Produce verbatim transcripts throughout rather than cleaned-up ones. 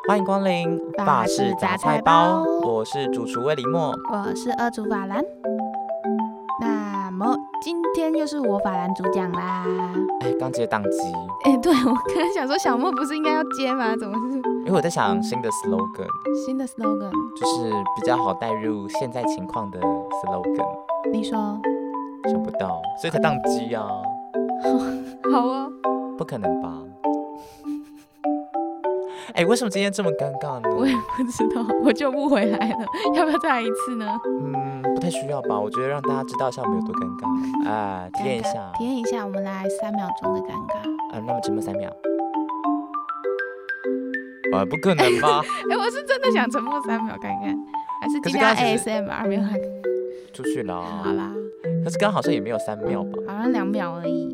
欢迎光临法式杂菜包， 我是主厨魏李默， 我是二厨法兰。那么今天又是我法兰主讲啦。 哎，刚接档机。 哎，对，我刚才想说小默不是应该要接吗？怎么是？ 因为我在想新的 slogan， 新的 slogan 就是比较好带入现在情况的 slogan。 你说？ 想不到，所以才档机啊。 好哦。 不可能吧？哎，为什么今天这么尴尬呢？ 我也不知道，我救不回来了。要不要再来一次呢？ 嗯，不太需要吧。我觉得让大家知道一下我们有多尴尬，啊，体验一下， 体验一下，我们来三秒钟的尴尬。 啊，那么沉默三秒。啊，不可能吧？ 哎，我是真的想沉默三秒看看，还是今天 A S M R 没有？ 出去了。 好啦。 可是刚刚好像也没有三秒吧？ 好像两秒而已。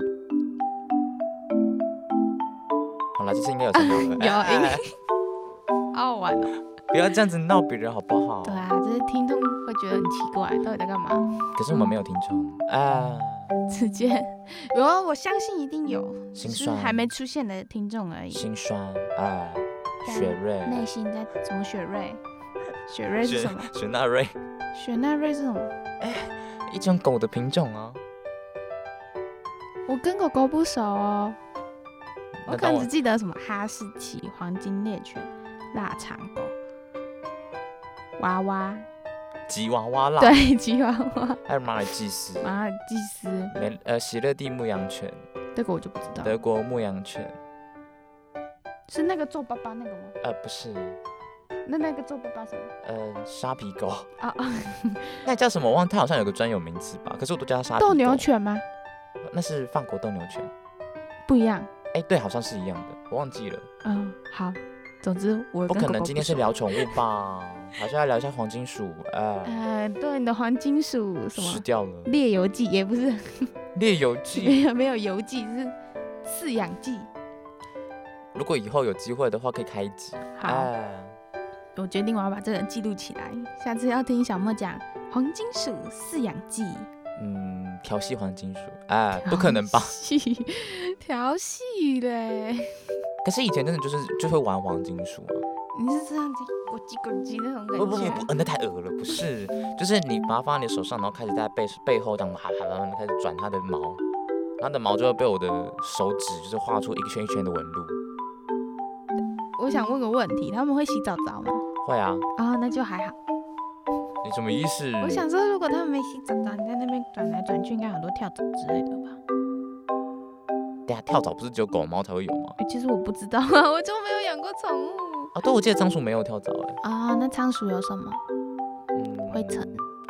好了，这次应该有三秒了。 有，应该。好好玩哦！ 不要这样子闹别人好不好？ 对啊，就是听众会觉得很奇怪，到底在干嘛？ 可是我们没有听众啊。 直接有啊，我相信一定有， 心酸， 是还没出现的听众而已。 心酸啊，雪瑞， 内心在什么？雪瑞，雪瑞是什么？ 雪纳瑞， 雪纳瑞是什么？ 哎，一种狗的品种啊。 我跟狗狗不熟哦，我可能只记得什么哈士奇、黄金猎犬、腊肠狗、娃娃。 吉娃娃啦， 对，吉娃娃， 还有马尔济斯， 马尔济斯， 美呃喜乐蒂牧羊犬， 这个我就不知道。 德国牧羊犬， 是那个皱巴巴那个吗？ 呃，不是， 那那个皱巴巴什么？ 呃，沙皮狗啊啊， 那叫什么？我忘，它好像有个专有名词吧？可是我都叫它沙皮狗。 斗牛犬吗？ 那是法国斗牛犬， 不一样。 哎，对，好像是一样的，我忘记了。 嗯，好。总之我不可能今天是聊宠物吧？好像要聊一下黄金鼠，呃， 呃，对，你的黄金鼠什么？ 死掉了。 猎游记也不是。 猎游记没有没有游记，是饲养记。 如果以后有机会的话，可以开一集。 好，呃、我决定我要把这个记录起来，下次要听小莫讲黄金鼠饲养记。 嗯，调戏黄金鼠，哎，不可能吧？ 调戏嘞。 可是以前真的就是就会玩黄金鼠啊。 你是这样子咕叽咕叽那种感觉？ 不不不不，那太恶了，不是，就是你把它放在你手上，然后开始在背背后这样哈哈，然后开始转它的毛，它的毛就会被我的手指就是画出一圈一圈的纹路。 我想问个问题，他们会洗澡澡吗？ 会啊。 啊，那就还好。 你什么意思？ 我想说，如果他们没洗澡澡，你在那边转来转去，应该很多跳蚤之类的吧？ 对啊，跳蚤不是只有狗猫才会有吗？ 欸、其实我不知道啊，我就没有养过宠物。 啊，对，我记得仓鼠没有跳蚤哎、 欸。啊，那仓鼠有什么？嗯，灰尘。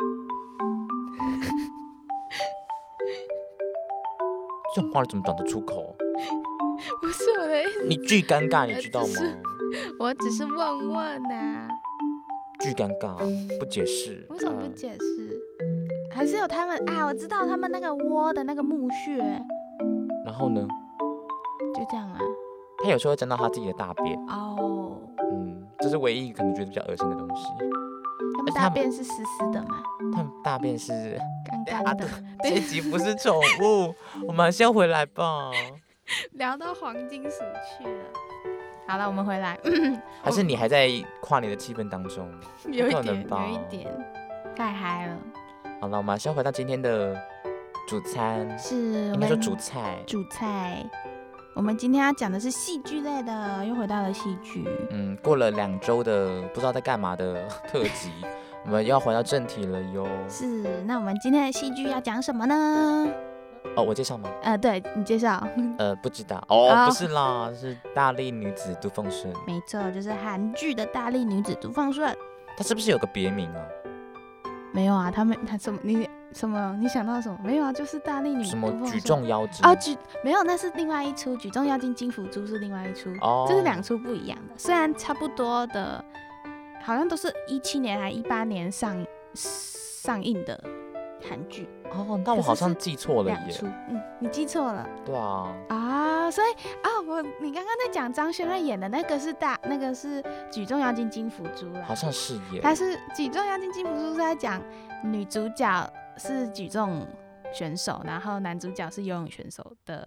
这种话你怎么讲得出口？ 不是我的意思。 你巨尴尬，你知道吗？ 我只是问问呐、啊。 巨尴尬，不解释。 为什么不解释？呃、还是有他们啊？我知道他们那个窝的那个墓穴。 然后呢？ 就这样啊。 他有时候会沾到他自己的大便。 哦。 嗯，这是唯一可能觉得比较恶心的东西。 他们大便是湿湿的吗？ 他们大便是干干的。 这集不是宠物，我们还是要回来吧。 聊到黄金鼠去了。好了，我们回来。 还是你还在跨年的气氛当中？ 有一点，有一点，太嗨了。 好了，我们还是要回到今天的主餐， 是应该说主菜。 主菜，我们今天要讲的是戏剧类的，又回到了戏剧。 嗯，过了两周的不知道在干嘛的特辑，我们要回到正题了哟。 是，那我们今天的戏剧要讲什么呢？ 哦，我介绍吗？ 呃，对你介绍。 呃，不知道哦，哦不是啦，是大力女子都奉顺。 没错，就是韩剧的大力女子都奉顺。 她是不是有个别名啊？ 没有啊，他们他什么你什么你想到什么？没有啊，就是大力女子什么举重妖精啊举没有，那是另外一出，举重妖精金福珠是另外一出，哦，这是两出不一样的，虽然差不多的，好像都是一七年还一八年上上映的韩剧。 哦，那我好像记错了耶。 两出，嗯，你记错了。 对啊。 啊，所以啊，我你刚刚在讲张轩瑞演的那个是大，那个是举重妖精金福珠啦。 好像是耶。 他是举重妖精金福珠是在讲女主角是举重选手，然后男主角是游泳选手的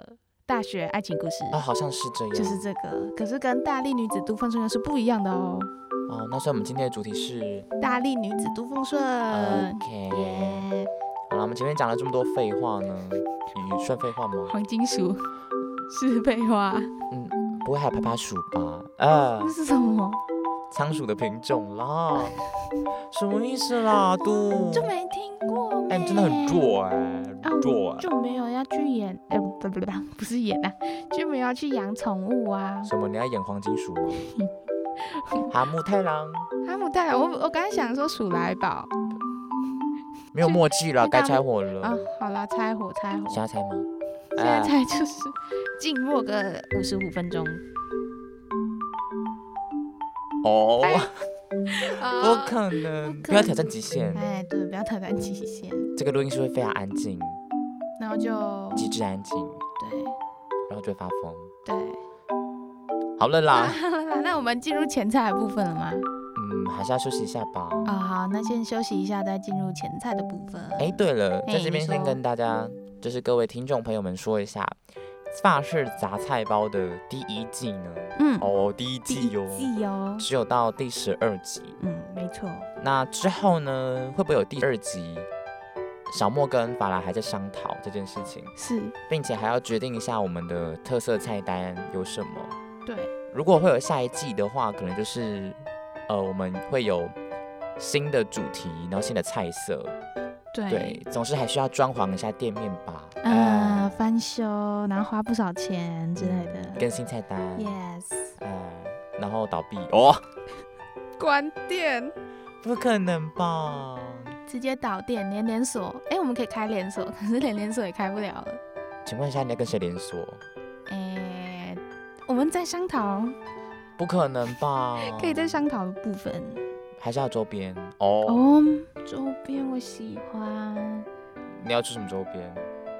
大学爱情故事啊，好像是这样， 就是这个，可是跟大力女子都奉顺又是不一样的哦。 哦，那所以我们今天的主题是大力女子都奉顺。 OK， yeah. 好了，我们前面讲了这么多废话呢，你算废话吗？ 黄金鼠是废话。 嗯，不会还有趴趴鼠吧？啊， 这是什么？ 仓鼠的品种啦。什么意思啦？都就没听过。 哎、欸，你真的很弱哎、欸，弱、欸啊、就没有要去演，哎、欸，不不不，不是演啊，就没有要去养宠物啊。 什么？你要演黄金鼠吗？哈姆太郎。 哈姆太郎，我我刚才想说鼠来宝。 没有默契了，该拆火了。 啊，好啦，拆火拆火。 现在拆吗？ 现在拆就是静默个五十五分钟。 哦。哎不可能！不要挑战极限。 哎，对，不要挑战极限。 这个录音室会非常安静， 然后就极致安静。 对。 然后就会发疯。 对。 好了啦。 好了啦，那我们进入前菜的部分了吗？ 嗯，还是要休息一下吧。 啊、哦，好，那先休息一下，再进入前菜的部分。 哎，对了，在这边先跟大家，就是各位听众朋友们说一下。法式杂菜包的第一季呢？嗯，哦，第一季哦， 第一季哦， 只有到第十二集。 嗯，没错。 那之后呢，会不会有第二集？小莫跟法兰还在商讨这件事情， 是， 并且还要决定一下我们的特色菜单有什么。 对， 如果会有下一季的话，可能就是呃，我们会有新的主题，然后新的菜色。 对, 对，总是还需要装潢一下店面吧。 呃，呃翻修，然后花不少钱之类的。 更新菜单。 Yes。 呃，然后倒闭哦。 关店？ 不可能吧？ 直接倒店，连连锁。哎、欸，我们可以开连锁，可是连连锁也开不了了。 请问一下，你要跟谁连锁？ 哎、欸，我们在商讨。 不可能吧？ 可以在商讨的部分。 还是要周边哦。 哦，周边我喜欢。 你要吃什么周边？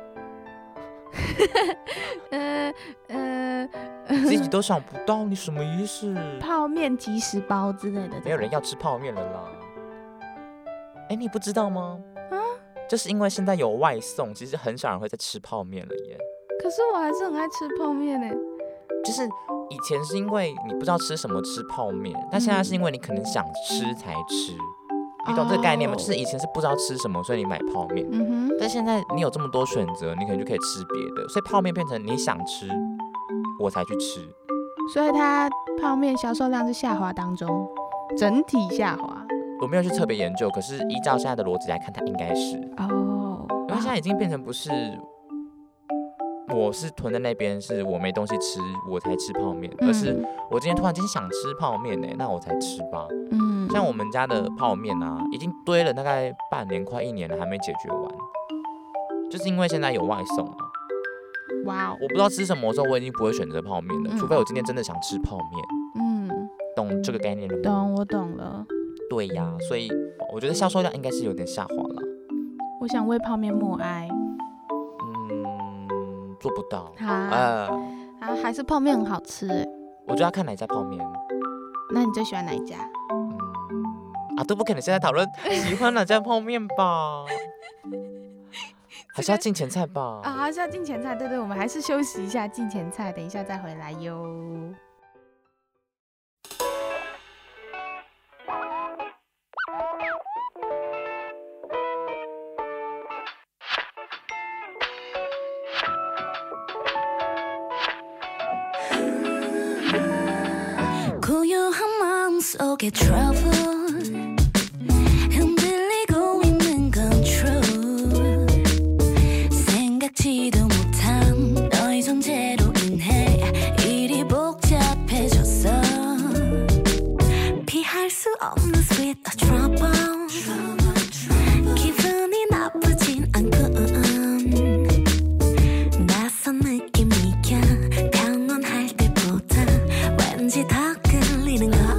呃呃， 自己都想不到，你什么意思？ 泡面即食包之类的。 没有人要吃泡面了啦。哎，你不知道吗？啊？就是因为现在有外送，其实很少人会再吃泡面了耶。 可是我还是很爱吃泡面呢。 就是以前是因为你不知道吃什么吃泡面，但现在是因为你可能想吃才吃，嗯、你懂这个概念吗？ Oh. 就是以前是不知道吃什么，所以你买泡面，嗯、但现在你有这么多选择，你可能就可以吃别的，所以泡面变成你想吃我才去吃， 所以它泡面销售量是下滑当中，整体下滑。 我没有去特别研究，可是依照现在的逻辑来看，它应该是哦， oh. 因为现在已经变成不是。我是囤在那边，是我没东西吃，我才吃泡面，嗯、而是我今天突然间想吃泡面呢，那我才吃吧。嗯，像我们家的泡面啊，已经堆了大概半年快一年了，还没解决完，就是因为现在有外送啊。 哇、wow ， 我不知道吃什么的时候，我已经不会选择泡面了，嗯、除非我今天真的想吃泡面。嗯，懂这个概念了吗？ 懂，我懂了。 对呀，所以我觉得销售量应该是有点下滑了。 我想为泡面默哀。 做不到啊、呃、啊，还是泡面很好吃哎。 我觉得要看哪家泡面。 那你最喜欢哪一家？ 嗯啊，都不可能现在讨论喜欢哪家泡面吧？还是要进前菜吧？ 啊，还是要进前菜。对对，我们还是休息一下，进前菜，等一下再回来哟。 Get trouble 흔들리고 있는 control 생각지도 못한 너의 존재로 인해 일이 복잡해졌어 피할 수 없는 sweet trouble 기분이 나쁘진 않고 낯선 느낌이야 평온할 때보다 왠지 더 끌리는 거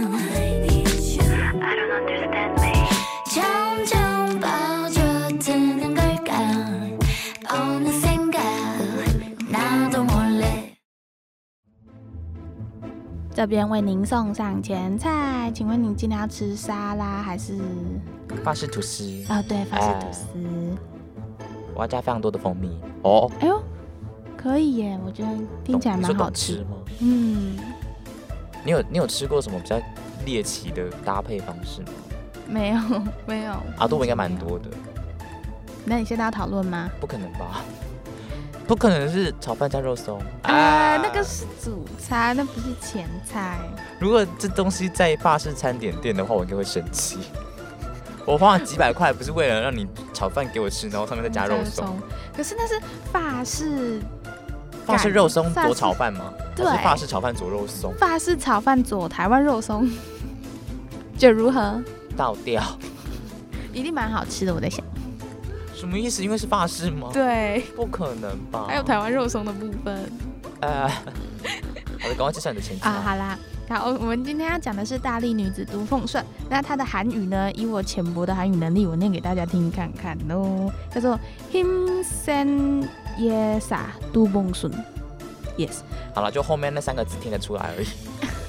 这边为您送上前菜，请问你今天要吃沙拉还是法式吐司？ 哦，对，法式吐司。 我要加非常多的蜂蜜哦。 哎呦， 可以耶，我觉得听起来蛮好吃。 吃吗？ 嗯， 你有你有吃过什么比较猎奇的搭配方式吗？ 没有没有， 阿多应该蛮多的。 那你现在要讨论吗？ 不可能吧？不可能是炒饭加肉松啊、呃，那个是主餐，那不是前菜。 如果这东西在法式餐点店的话，我应该会生气。我花了几百块，不是为了让你炒饭给我吃，然后上面再加肉松。 可是那是法式， 法式肉松佐炒饭吗？ 对， 是法式炒饭佐肉松。 法式炒饭佐台湾肉松，就如何？ 倒掉， 一定蛮好吃的。我在想。 什么意思？因为是法式吗？ 对， 不可能吧？ 还有台湾肉松的部分。 呃，好的，赶快介绍你的前妻啊！好啦，好，我们今天要讲的是大力女子都奉顺。那她的韩语呢？以我浅薄的韩语能力，我念给大家听看看喽。叫做 Him Sen Yesa Do Bong Sun。Yes。 好了，就后面那三个字听得出来而已。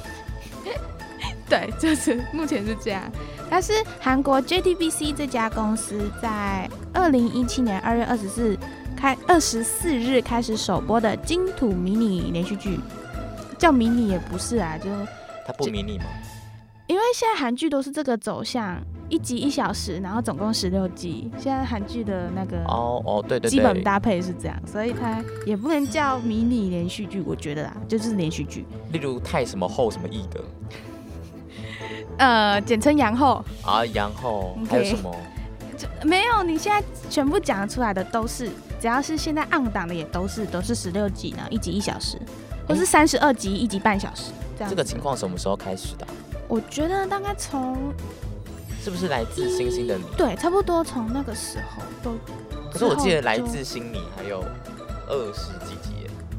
对，就是目前是这样。它是韩国 J T B C 这家公司在二零一七年二月二十四开二十四日开始首播的金土迷你连续剧，叫迷你也不是啊，就它不迷你吗？ 因为现在韩剧都是这个走向，一集一小时，然后总共十六集。现在韩剧的那个哦哦对对对， 基本搭配是这样，所以它也不能叫迷你连续剧，我觉得啦，就是连续剧。 例如太什么后什么义的。 呃，简称杨后啊，杨后、okay. 还有什么？ 没有，你现在全部讲出来的都是，只要是现在on档的也都是都是十六集呢，一集一小时，或是三十二集一集半小时这样。 这个情况什么时候开始的、啊？ 我觉得大概从是不是来自星星的你？ 对，差不多从那个时候都。 可是我记得来自星你还有二十几集。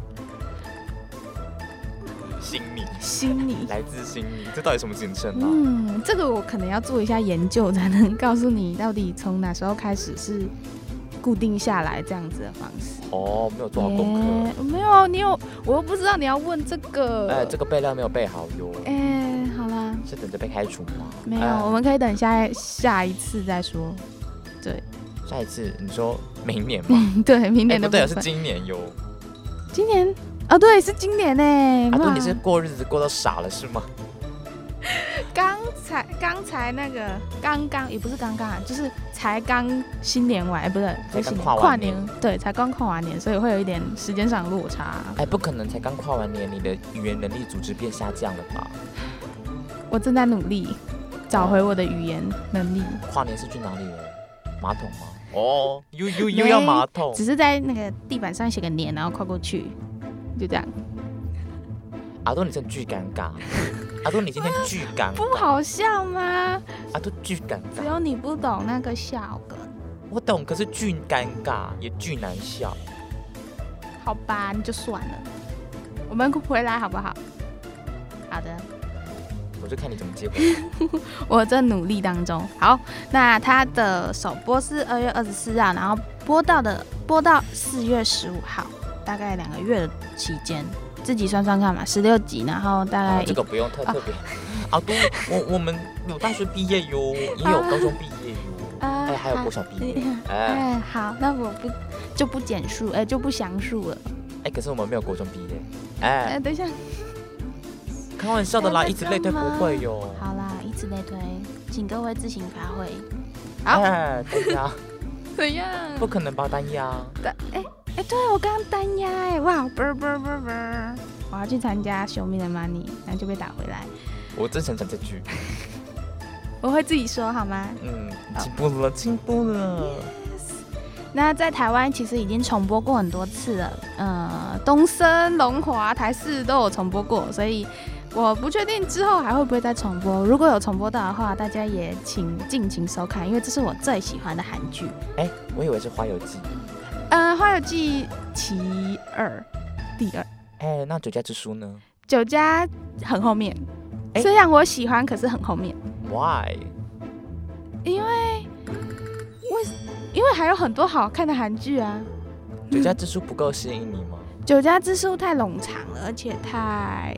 心你， 心你， 来自心你，这到底什么简称啊？ 嗯，这个我可能要做一下研究，才能告诉你到底从哪时候开始是固定下来这样子的方式。 哦，没有做好功课、 欸，没有，你有，我又不知道你要问这个。 哎、欸，这个备料没有备好哟。 哎、欸，好啦， 是等着被开除吗？ 没有，欸、我们可以等下下一次再说。对， 下一次你说明年吗？ 对，明年的部分、 欸、不对，是今年哟。 今年。哦，对，是今年呢。 阿杜，你是过日子过到傻了是吗？ 刚才刚才那个刚刚也不是刚刚啊，就是才刚新年完，不对， 才刚跨完年，对，才刚跨完年，所以会有一点时间上落差。 哎，不可能，才刚跨完年，你的语言能力组织变下降了吧？ 我正在努力找回我的语言能力。 跨年是去哪里了？马桶吗？哦，又又又要马桶， 只是在那个地板上写个年，然后跨过去。就这样， 阿多你真巨尴尬，阿多你今天巨尴尬， 不好笑吗？ 阿多巨尴尬， 只有你不懂那个笑梗。 我懂，可是巨尴尬也巨难笑。 好吧，那就算了，我们回来好不好？好的， 我就看你怎么接回来。 我在努力当中。好，那它的首播是二月二十四号，然后播到的播到四月十五号。大概两个月的期间，自己算算看嘛，十六集，然后大概、 哦、这个不用太特别。啊，对，我我们有大学毕业哟，也有高中毕业哟，哎、呃，还有国小毕业。哎、呃呃，好，那我不就不简述，哎、呃，就不详述了。 哎，可是我们没有国中毕业。哎、 呃，等一下， 开玩笑的啦，以此类推不会哟。 好啦，以此类推，请各位自行发挥。好， 哎，单压。 怎样？ 不可能吧，单压。 单哎。哎、欸，对我刚刚单压哎，哇，啵啵啵啵，我要去参加《Show Me the Money》，然后就被打回来。 我真想讲这句， 我会自己说好吗？ 嗯，进步了，进步了。 Yes. 那在台湾其实已经重播过很多次了，呃，东森、龙华、台视都有重播过，所以我不确定之后还会不会再重播。如果有重播到的话，大家也请尽情收看，因为这是我最喜欢的韩剧。 哎、欸，我以为是《花游记》。 呃，《花游记》其二，第二。 哎、欸，那《酒家之书》呢？ 酒家很后面，欸、虽然我喜欢，可是很后面。 Why？ 因为，为因为还有很多好看的韩剧啊。 酒家之书不够吸引你吗？ 酒家之书太冗长了，而且太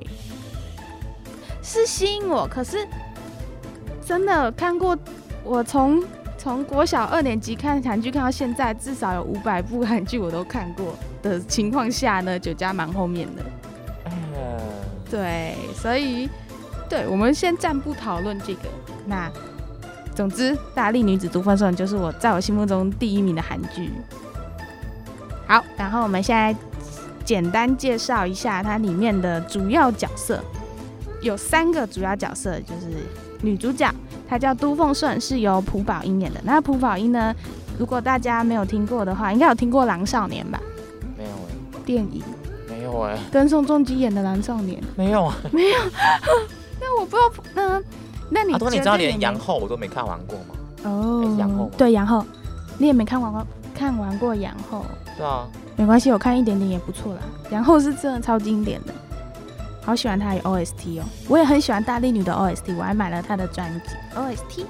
是吸引我，可是真的看过，我从从国小二年级看韩剧看到现在，至少有五百部韩剧我都看过的情况下呢，酒家蛮后面的。嗯，对，所以对我们先暂不讨论这个。那总之，《大力女子都分手》就是我在我心目中第一名的韩剧。好，然后我们现在简单介绍一下它里面的主要角色，有三个主要角色，就是女主角，她叫都奉顺，是由朴宝英演的。那朴宝英呢，如果大家没有听过的话，应该有听过《狼少年》吧？ 没有哎、欸。 电影？ 没有哎、欸。 跟宋仲基演的《狼少年》？ 没有啊。 没有。那我不知道，那那你觉得、啊、 你知道连杨后我都没看完过吗？ 哦， 欸、杨后对杨后，你也没看完过，看完过杨后？ 对啊。 没关系，我看一点点也不错啦。杨后是真的超经典的。好喜欢他的 O S T 哦，我也很喜欢大力女的 O S T， 我还买了他的专辑 O S T。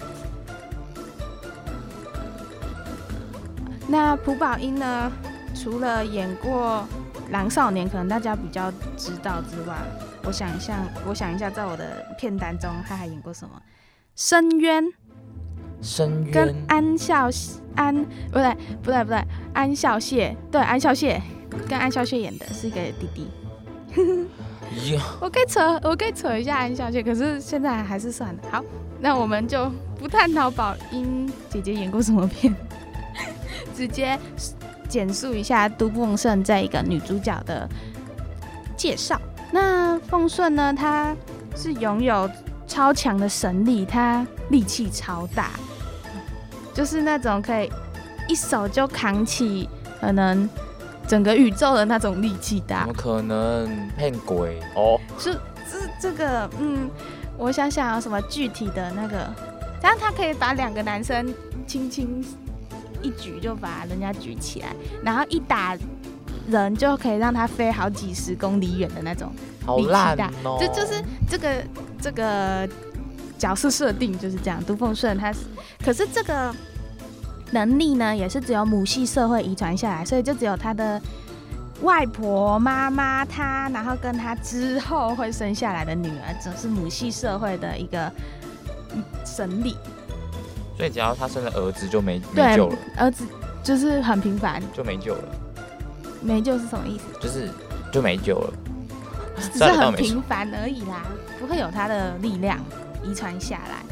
那朴宝英呢，除了演过《狼少年》，可能大家比较知道之外，我想一下，我想一下，在我的片单中，他还演过什么？深渊。 深渊。 跟安孝安不对不对不对，安孝燮，对安孝燮，跟安孝燮演的是一个弟弟。我可以扯，我可以扯一下安孝燮，可是现在还是算了。好，那我们就不探讨宝英姐姐演过什么片，直接简述一下都奉顺这一个女主角的介绍。那奉顺呢，她是拥有超强的神力，她力气超大，就是那种可以一手就扛起可能整个宇宙的那种力气大。 怎么可能骗鬼哦？ 是这这个，嗯，我想想有什么具体的那个，这样他可以把两个男生轻轻一举就把人家举起来，然后一打人就可以让他飞好几十公里远的那种力气大。好烂哦！这就是这个这个角色设定就是这样。都奉顺他是，可是这个能力呢，也是只有母系社会遗传下来，所以就只有他的外婆、妈妈他，然后跟他之后会生下来的女儿，只是母系社会的一个神力。 所以只要他生了儿子就没没救了。 儿子就是很平凡， 就没救了。 没救是什么意思？ 就是就没救了， 只是很平凡而已啦，不会有他的力量遗传下来。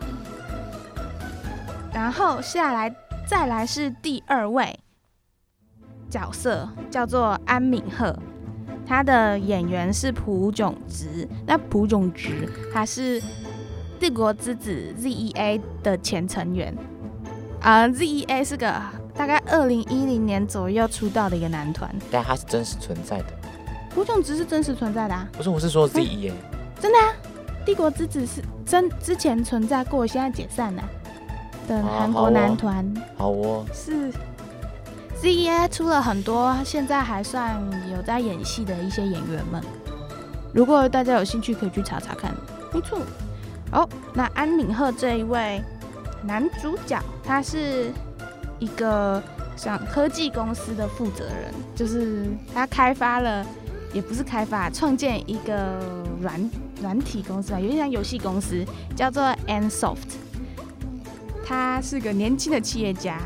然后下来再来是第二位角色，叫做安敏赫，他的演员是朴炯植。那朴炯植他是帝国之子 Z E A 的前成员，啊、呃、，Z E A 是个大概二零一零年左右出道的一个男团。 但他是真实存在的。 朴炯植是真实存在的啊？ 不是，我是说 Z E A、嗯。 真的啊，帝国之子是真之前存在过，现在解散了的韩国男团。 好哦。 是 Z E A 出了很多现在还算有在演戏的一些演员们，如果大家有兴趣可以去查查看。没错。哦，那安敏赫这一位男主角，他是一个像科技公司的负责人，就是他开发了，也不是开发，创建一个软软体公司吧，有点像游戏公司，叫做 Ansoft。他是个年轻的企业家。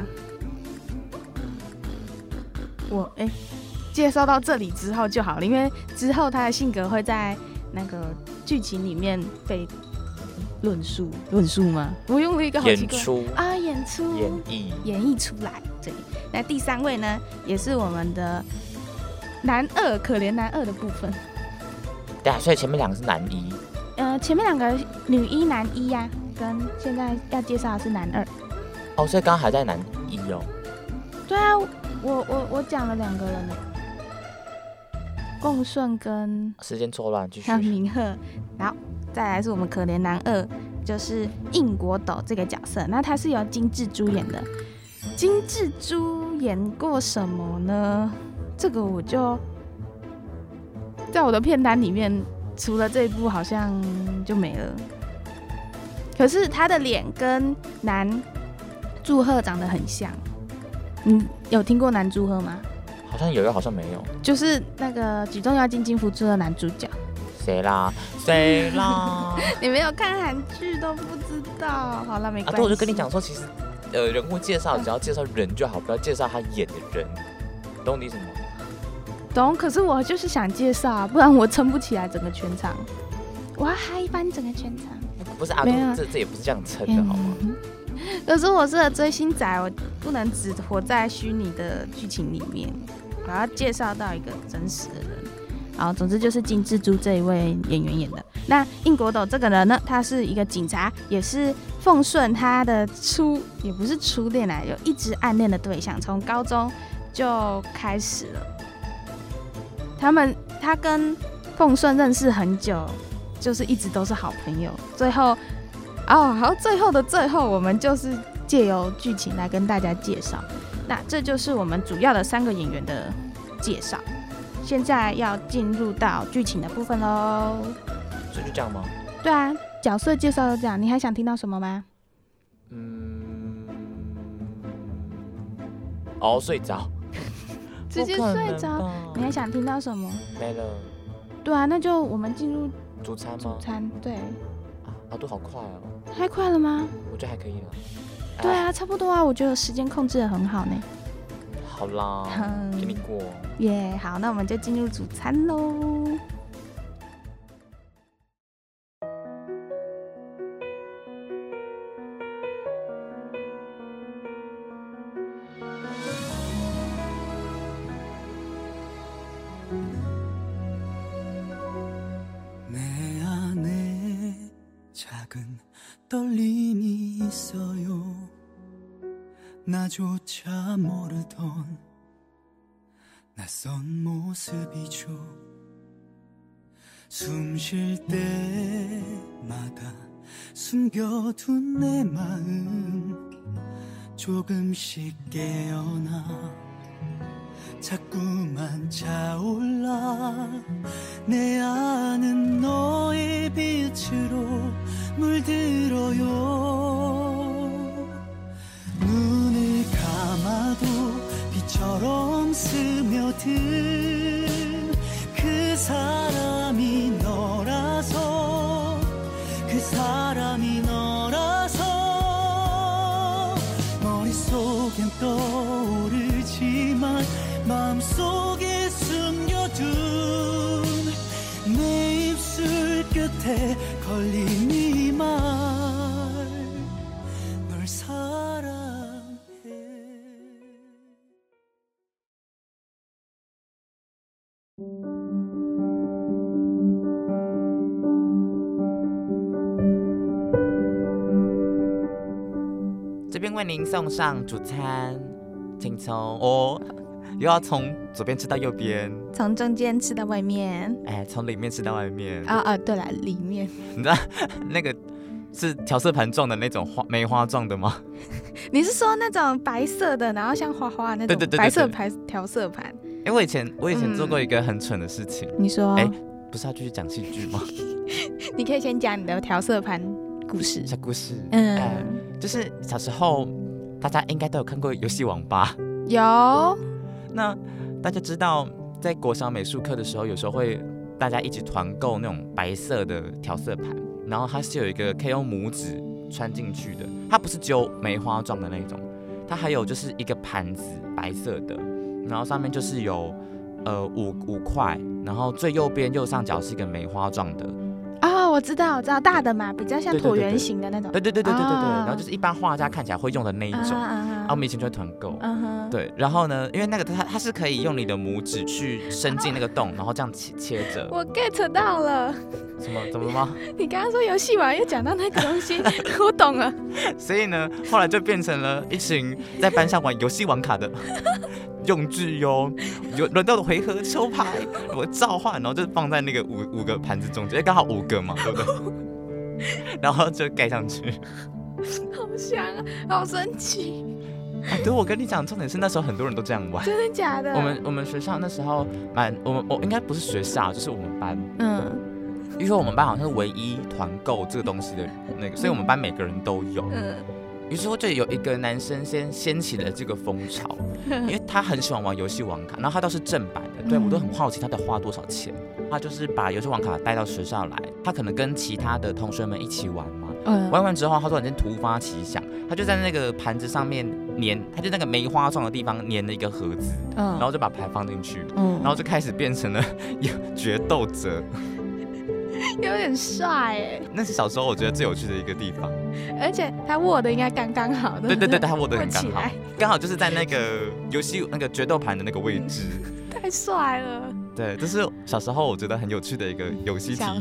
我哎、欸，介绍到这里之后就好了，因为之后他的性格会在那个剧情里面被论述论述吗？我用了一个好奇怪演出啊，演出演绎演绎出来。对，那第三位呢，也是我们的男二，可怜男二的部分。 对啊，所以前面两个是男一。 呃，前面两个女一、男一呀、啊，跟现在要介绍的是男二。 哦，所以刚刚还在男一哦。 对啊，我我我讲了两个人呢，共顺跟时间错乱，继续。 安敏赫，然后再来是我们可怜男二，就是应国斗这个角色，那他是由金智珠演的。金智珠演过什么呢？这个我就在我的片单里面，除了这一部好像就没了。可是他的脸跟男祝贺长得很像，你有听过男祝贺吗？ 好像有，又好像没有。 就是那个举重妖精金福珠的男主角。 谁啦？谁啦？ 你没有看韩剧都不知道。好了，没关系。 啊，对，我就跟你讲说，其实呃，人物介绍只要介绍人就好，不要介绍他演的人，懂你什么？ 懂。可是我就是想介绍啊，不然我撑不起来整个全场。我要嗨翻整个全场。 不是啊，这这也不是这样撑的好吗？嗯， 可是我是个追星仔，我不能只活在虚拟的剧情里面，我要介绍到一个真实的人。好，总之就是金智珠这一位演员演的。那应国斗这个人呢，他是一个警察，也是奉顺他的初，也不是初恋啦，有一直暗恋的对象，从高中就开始了。他们他跟奉顺认识很久，就是一直都是好朋友。最后，哦，好，最后的最后，我们就是借由剧情来跟大家介绍。那这就是我们主要的三个演员的介绍。现在要进入到剧情的部分喽。 所以就这样吗？ 对啊，角色介绍就这样。你还想听到什么吗？ 嗯，哦，睡着， 直接睡着。你还想听到什么？ 没了。 对啊，那就我们进入主餐吗？ 主餐，对。 啊，啊，都好快哦。 太快了吗？ 我觉得还可以了。 对啊，差不多啊，我觉得时间控制得很好呢。 好啦，给你过。 耶、yeah, 好，那我们就进入主餐喽。 나조차 모르던 낯선 모습이죠. 숨 쉴 때마다 숨겨둔 내 마음 조금씩 깨어나 자꾸만 차올라 내 안은 너의 빛으로 물들어요. 눈을 감아도 비처럼 스며든 그 사람이 너라서 그 사람이 너라서 머릿속엔 떠오르지만 마음속에 숨겨둔 내 입술 끝에 걸린 이 말 널 사랑해. 这边为您送上主餐，请从哦，又要从左边吃到右边， 从中间吃到外面， 哎，从里面吃到外面。 啊啊，对了，里面。 你知道那个是调色盘状的那种花梅花状的吗？ 你是说那种白色的，然后像花花那种白色牌调色盘？ 哎、欸，我以前我以前做过一个很蠢的事情。 你说？ 哎、欸，不是要继续讲戏剧吗？ 你可以先讲你的调色盘故事。 小故事。 嗯、 呃，就是小时候大家应该都有看过游戏王吧？ 有。 那大家知道，在国小美术课的时候，有时候会大家一起团购那种白色的调色盘，然后它是有一个可以用拇指穿进去的，它不是只有梅花状的那种，它还有就是一个盘子白色的，然后上面就是有呃五五块，然后最右边右上角是一个梅花状的。 哦，我知道，我知道大的嘛，比较像椭圆形的那种。 对对对对对对对、哦、然后就是一般画家看起来会用的那一种。啊啊啊、我们以前就会团购。啊、对，然后呢，因为那个它它是可以用你的拇指去伸进那个洞，然后这样切切着。 我 get 到了。 什么？怎么了吗？ 你刚刚说游戏王又讲到那个东西，我懂了。 所以呢，后来就变成了一群在班上玩游戏王卡的用具哟。有轮到的回合抽牌，我召唤，然后就放在那个五五个盘子中间，刚好五个嘛，对不对？然后就盖上去。 好香啊，好神奇。 啊、对，我跟你讲，重点是那时候很多人都这样玩。 真的假的？ 我们我们学校那时候蛮，我们我应该不是学校，就是我们班。嗯。因为我们班好像是唯一团购这个东西的那个，所以我们班每个人都有。嗯。于是乎就有一个男生先掀起了这个风潮，因为他很喜欢玩游戏王卡，然后他都是正版的，对、嗯、我都很好奇他得花多少钱。 他就是把游戏王卡带到学校来，他可能跟其他的同学们一起玩嘛。嗯、玩完之后，他突然间突发奇想，他就在那个盘子上面粘，他就那个梅花状的地方粘了一个盒子，嗯、然后就把牌放进去，嗯、然后就开始变成了决斗者。 有点帅哎！ 那是小时候我觉得最有趣的一个地方， 而且他握的应该刚刚好的。 对对对，他握的很刚好，刚好就是在那个游戏那个决斗盘的那个位置。 太帅了！ 对，这是小时候我觉得很有趣的一个游戏体验。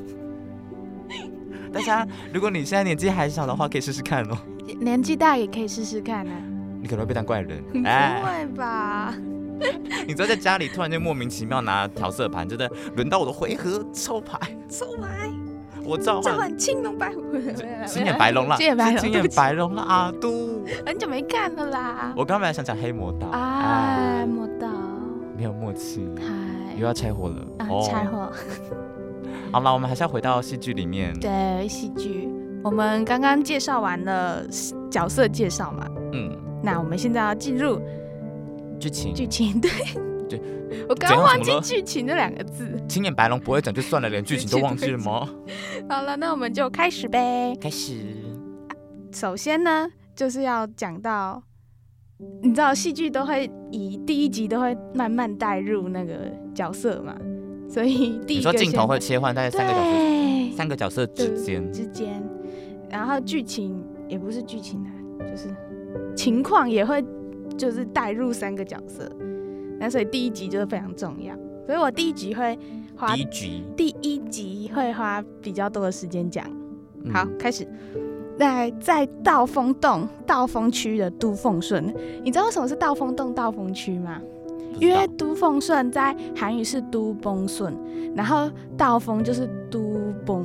大家，如果你现在年纪还小的话，可以试试看哦。 年纪大也可以试试看啊。 你可能会被当怪人。 不会吧？ 你知道在家里突然间莫名其妙拿调色盘，真的轮到我的回合抽牌， 抽牌， 我召唤召唤青龙白虎， 青眼白龙啦， 青眼白龙， 青眼白龙啦，阿杜， 很久没看了啦。 我刚本来想讲黑魔道啊，魔道没有默契，又要拆火了， 啊，拆火。 好了，我们还是要回到戏剧里面。 对，戏剧，我们刚刚介绍完了角色介绍嘛，嗯，那我们现在要进入剧情。 剧情，对， 对， 我刚刚忘记剧情这两个字。 青眼白龙不会讲就算了，连剧情都忘记了吗？ 好了，那我们就开始呗。 开始。 首先呢，就是要讲到，你知道戏剧都会以第一集都会慢慢带入那个角色嘛。所以第一个， 你说镜头会切换在三个角色三个角色之间之间，然后剧情也不是剧情啊，就是情况也会就是带入三个角色，那所以第一集就是非常重要。所以我第一集会花第一集第一集会花比较多的时间讲。好，嗯、开始。在在道风洞道风区的都凤顺，你知道什么是道风洞道风区吗？因为都凤顺在韩语是都崩顺，然后道风就是都崩，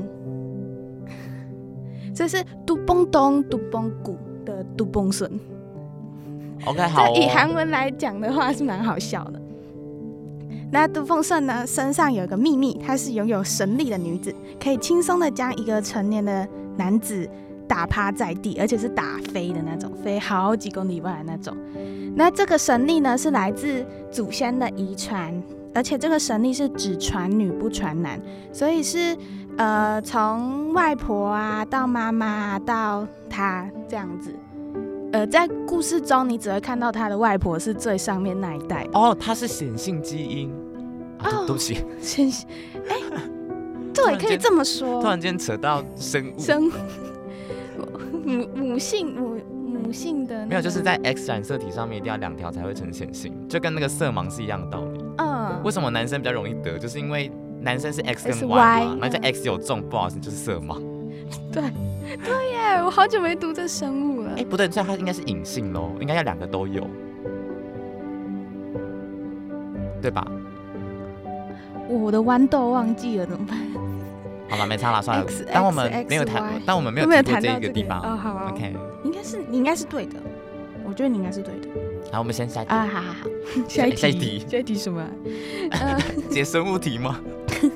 这是都崩东都崩古的都崩顺。 OK， 好、哦。 以韩文来讲的话是蛮好笑的。那都凤顺呢，身上有一个秘密，她是拥有神力的女子，可以轻松的将一个成年的男子打趴在地，而且是打飞的那种，飞好几公里外的那种。那这个神力呢，是来自祖先的遗传，而且这个神力是只传女不传男，所以是呃从外婆啊到妈妈、啊、到她这样子。呃，在故事中你只会看到她的外婆是最上面那一代。 哦，她是显性基因。啊、哦，对不起。 显性，哎，对，可以这么说。 突然间扯到生物。 生母母性母。母性的、那個、 没有，就是在 X 染色体上面一定要两条才会呈现性，就跟那个色盲是一样的道理。嗯，为什么男生比较容易得，就是因为男生是 X 跟 Y 嘛，那、嗯、在 X 有中，不好意思，就是色盲。 对，对耶，我好久没读这生物了。 哎、欸，不对，这样它应该是隐性咯，应该要两个都有，对吧？ 我的豌豆忘记了怎么办？ 好了，没差了，算了。当我们没有谈，当我们没有谈过这一个地方， 哦，好啊 ，OK。 应该是你应该是对的，我觉得你应该是对的。 好，我们先下一题啊，好好好，下一题， 下一题， 下一题什么、啊？ 呃，解生物题吗？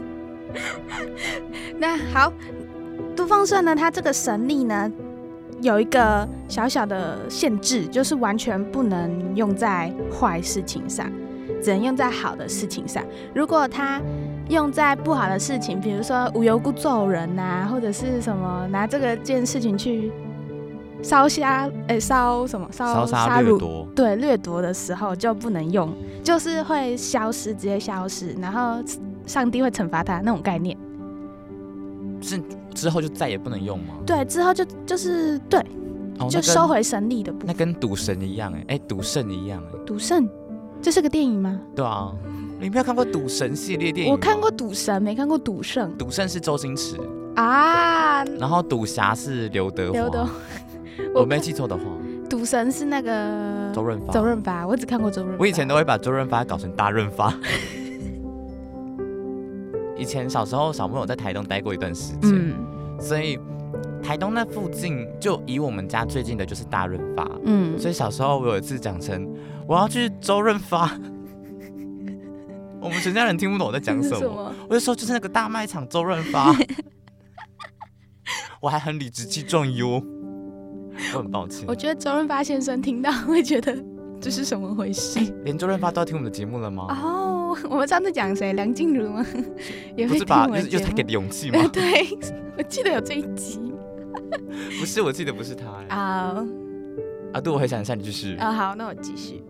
那好，都凤顺呢，它这个神力呢有一个小小的限制，就是完全不能用在坏事情上，只能用在好的事情上。如果它用在不好的事情，比如说无缘无故揍人啊，或者是什么拿这个件事情去烧虾，哎，烧什么烧杀掠夺， 对，掠夺的时候就不能用，就是会消失，直接消失，然后上帝会惩罚他那种概念。 是之后就再也不能用吗？ 对，之后就就是对，哦、就收回神力的部分。 那跟赌神一样哎，哎，赌圣一样哎。 赌圣，这是个电影吗？ 对啊。你没有看过赌神系列电影？ 我看过赌神，没看过赌圣。 赌圣是周星驰啊， 然后赌侠是刘德华。 刘德华， 我没记错的话， 赌神是那个周润发。 周润发，我只看过周润发。 我以前都会把周润发搞成大润发。以前小时候，小朋友在台东待过一段时间、嗯，所以台东那附近就以我们家最近的就是大润发。嗯，所以小时候我有一次讲成我要去周润发。我们全家人听不懂我在讲什么， 么我就说就是那个大卖场周润发，我还很理直气壮哟，我很抱歉。 我觉得周润发先生听到会觉得这是什么回事？ 欸、连周润发都要听我们的节目了吗？ 哦， 哦，我们上次讲谁？梁静茹吗？也不是吧？又又才给的勇气吗？ 对，我记得有这一集。 不是，我记得不是他。啊、 uh, 啊，对，我很想一下，你继续。 啊、uh, 好，那我继续。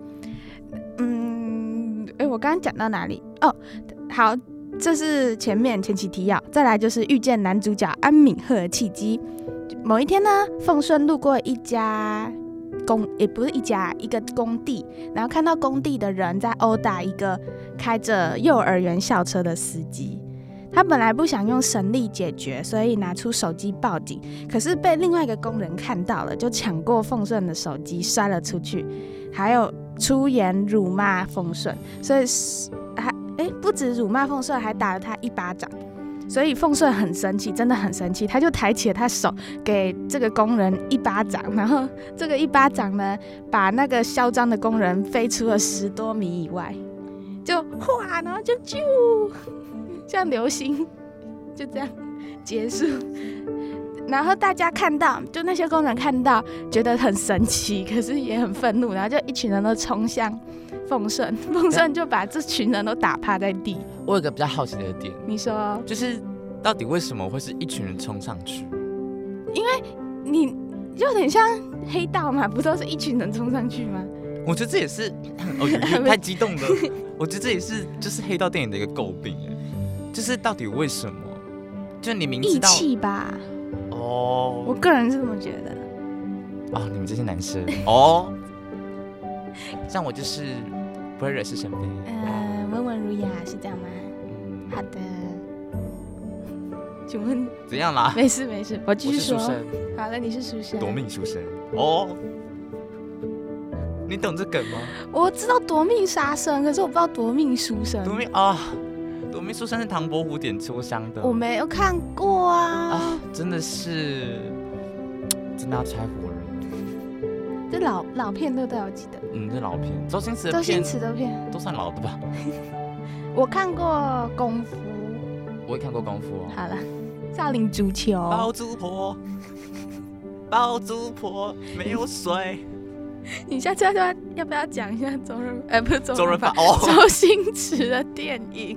嗯，哎，我刚刚讲到哪里？哦，好，这是前面前期提要，再来就是遇见男主角安敏赫的契机。某一天呢，凤顺路过一家工，也不是一家，一个工地，然后看到工地的人在殴打一个开着幼儿园校车的司机。他本来不想用神力解决，所以拿出手机报警，可是被另外一个工人看到了，就抢过凤顺的手机摔了出去，还有出言辱骂凤顺，所以还哎不止辱骂凤顺，还打了他一巴掌。所以凤顺很生气，真的很生气，他就抬起了他手给这个工人一巴掌，然后这个一巴掌呢，把那个嚣张的工人飞出了十多米以外，就哗，然后就啾，像流星，就这样结束。然后大家看到，就那些工人看到，觉得很神奇，可是也很愤怒，然后就一群人都冲向凤顺，凤顺就把这群人都打趴在地。 我有个比较好奇的点， 你说， 就是到底为什么会是一群人冲上去？ 因为你有点像黑道嘛，不都是一群人冲上去吗？ 我觉得这也是，哦，太激动了。我觉得这也是就是黑道电影的一个诟病，就是到底为什么？就你明知道义气吧？ 哦， 我个人是这么觉得。 哦，你们这些男生哦，像我就是不会惹是生非， 呃，温文儒雅是这样吗？嗯，好的。请问怎样啦？ 没事没事，我继续说。 我是书生。 好了，你是书生， 夺命书生哦。你懂这梗吗？ 我知道夺命杀生，可是我不知道夺命书生。 夺命啊！夺命书生是唐伯虎点秋香的， 我没有看过啊。 啊，真的是，真的要拆活人。 这老老片对不对？我记得。 嗯，这老片，周星驰的片， 周星驰的片都算老的吧。 我看过功夫， 我也看过功夫哦。 好了，少林足球。 包租婆，包租婆没有水。 你下次要不要要不要讲一下周润？呃，不是周润发， 哦， 周星驰的电影。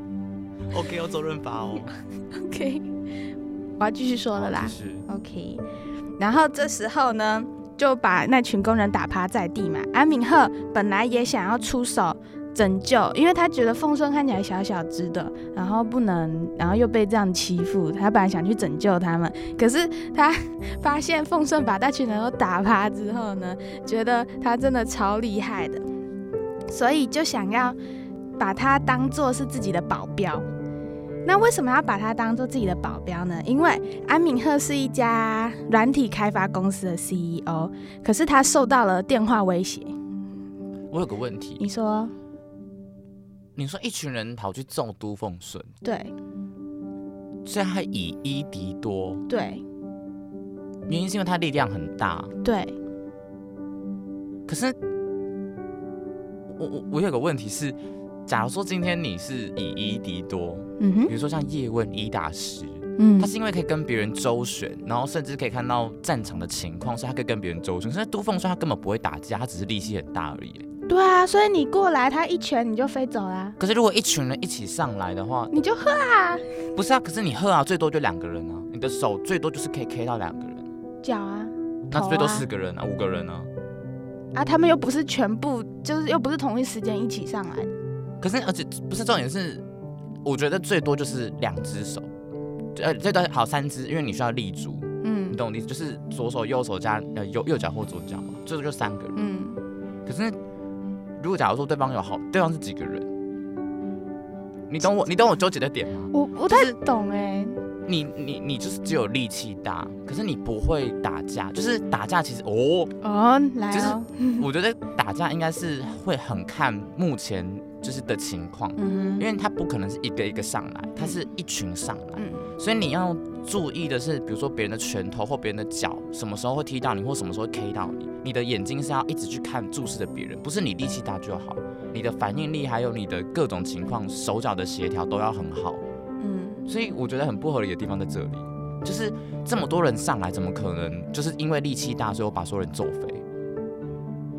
OK， 哦，周润发哦。 OK， 我要继续说了啦。 继续。 OK， 然后这时候呢，就把那群工人打趴在地嘛。安敏赫本来也想要出手拯救，因为他觉得凤顺看起来小小只的，然后不能，然后又被这样欺负，他本来想去拯救他们，可是他发现凤顺把那群人都打趴之后呢，觉得他真的超厉害的，所以就想要把他当作是自己的保镖。那为什么要把他当作自己的保镖呢？因为安敏赫是一家软体开发公司的 C E O， 可是他受到了电话威胁。 我有个问题， 你说。 你说一群人跑去揍都凤顺， 对， 所以他以一敌多， 对， 原因是因为他力量很大， 对。 可是我我我有个问题是，假如说今天你是以一敌多，嗯哼，比如说像叶问一打十，嗯，他是因为可以跟别人周旋，然后甚至可以看到战场的情况，所以他可以跟别人周旋。可是都凤顺他根本不会打架，他只是力气很大而已。 对啊，所以你过来，他一拳你就飞走啦。 可是如果一群人一起上来的话， 你就喝啊。 不是啊，可是你喝啊，最多就两个人啊，你的手最多就是可以 K 到两个人。 脚啊， 那最多四个人啊，五个人啊。 啊，他们又不是全部，就是又不是同一时间一起上来。 可是而且不是重点是，我觉得最多就是两只手，呃，最多好三只，因为你需要立足。嗯，你懂我的意思，就是左手、右手加呃右右脚或左脚嘛，最多就三个人。嗯，可是。如果假如说对方有好，对方是几个人？你懂我，你懂我纠结的点吗？ 我不太懂哎、欸。 你你你就是只有力气大，可是你不会打架。就是打架其实哦哦来哦， 就是我觉得打架应该是会很看目前就是的情况，嗯，因为他不可能是一个一个上来，他是一群上来，嗯，所以你要注意的是，比如说别人的拳头或别人的脚什么时候会踢到你，或什么时候会 K 到你，你的眼睛是要一直去看注视着别人，不是你力气大就好，你的反应力还有你的各种情况，手脚的协调都要很好，嗯，所以我觉得很不合理的地方在这里，就是这么多人上来，怎么可能就是因为力气大，所以我把所有人揍飞？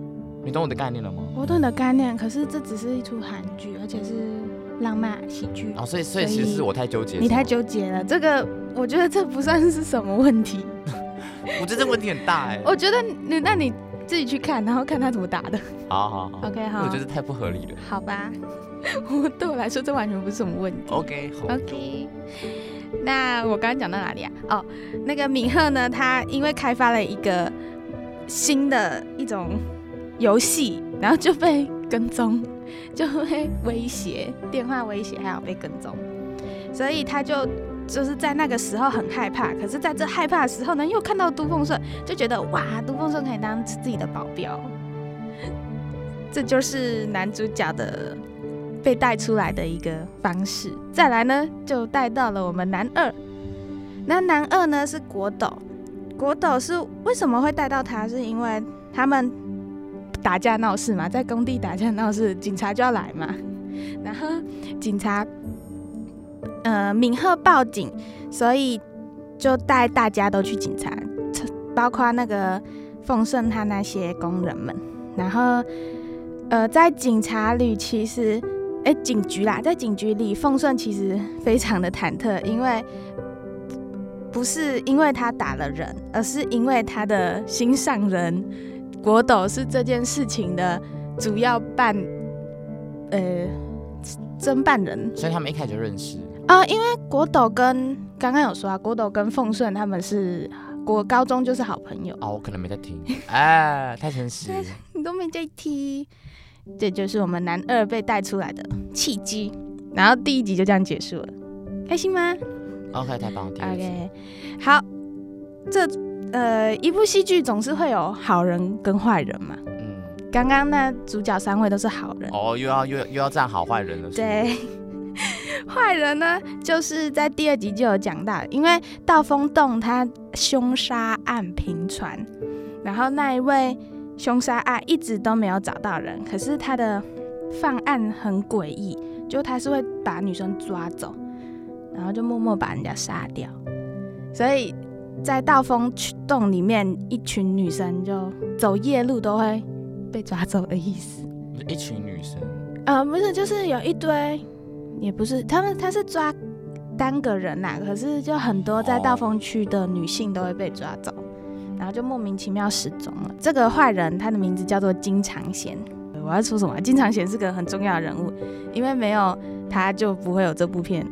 你懂我的概念了吗？ 我懂你的概念，可是这只是一出韩剧，而且是浪漫喜剧。 哦，所以所以其实是我太纠结。 你太纠结了，这个我觉得这不算是什么问题。 我觉得这问题很大哎、欸。 我觉得你那你自己去看，然后看他怎么打的。 好好好 ，OK 好。 我觉得太不合理了。 好吧，我对我来说这完全不是什么问题。 OK 好 OK。那我刚刚讲到哪里啊？哦，那个敏赫呢，他因为开发了一个新的一种游戏，然后就被跟踪，就会威胁，电话威胁，还有被跟踪，所以他就就是在那个时候很害怕。可是在这害怕的时候呢，又看到都奉顺，就觉得哇，都奉顺可以当自己的保镖。这就是男主角的被带出来的一个方式。再来呢，就带到了我们男二。那男二呢是国斗，国斗是为什么会带到他？是因为他们打架闹事嘛，在工地打架闹事，警察就要来嘛。然后警察，呃，敏赫报警，所以就带大家都去警察，包括那个奉顺他那些工人们。然后，呃，在警察里其实，哎，警局啦，在警局里，奉顺其实非常的忐忑，因为不是因为他打了人，而是因为他的心上人国斗是这件事情的主要办，呃，侦办人， 所以他们一开始就认识啊、呃。因为国斗跟刚刚有说啊，国斗跟奉顺他们是国高中就是好朋友哦，我可能没在听，哎，太诚实， 你都没在听，这就是我们男二被带出来的契机。然后第一集就这样结束了，开心吗？ OK， 太棒了。 OK， 好，这呃一部戏剧总是会有好人跟坏人嘛。嗯，刚刚那主角三位都是好人。 哦，又要又又要站好坏人了。 对，坏人呢，就是在第二集就有讲到，因为道风洞他凶杀案频传，然后那一位凶杀案一直都没有找到人，可是他的犯案很诡异，就他是会把女生抓走，然后就默默把人家杀掉，所以在道风洞里面，一群女生就走夜路都会被抓走的意思。 一群女生？ 呃，不是，就是有一堆，也不是，他们他是抓单个人呐、啊，可是就很多在道风区的女性都会被抓走，然后就莫名其妙失踪了。这个坏人他的名字叫做金长贤。我要说什么？金长贤是个很重要的人物，因为没有他就不会有这部片。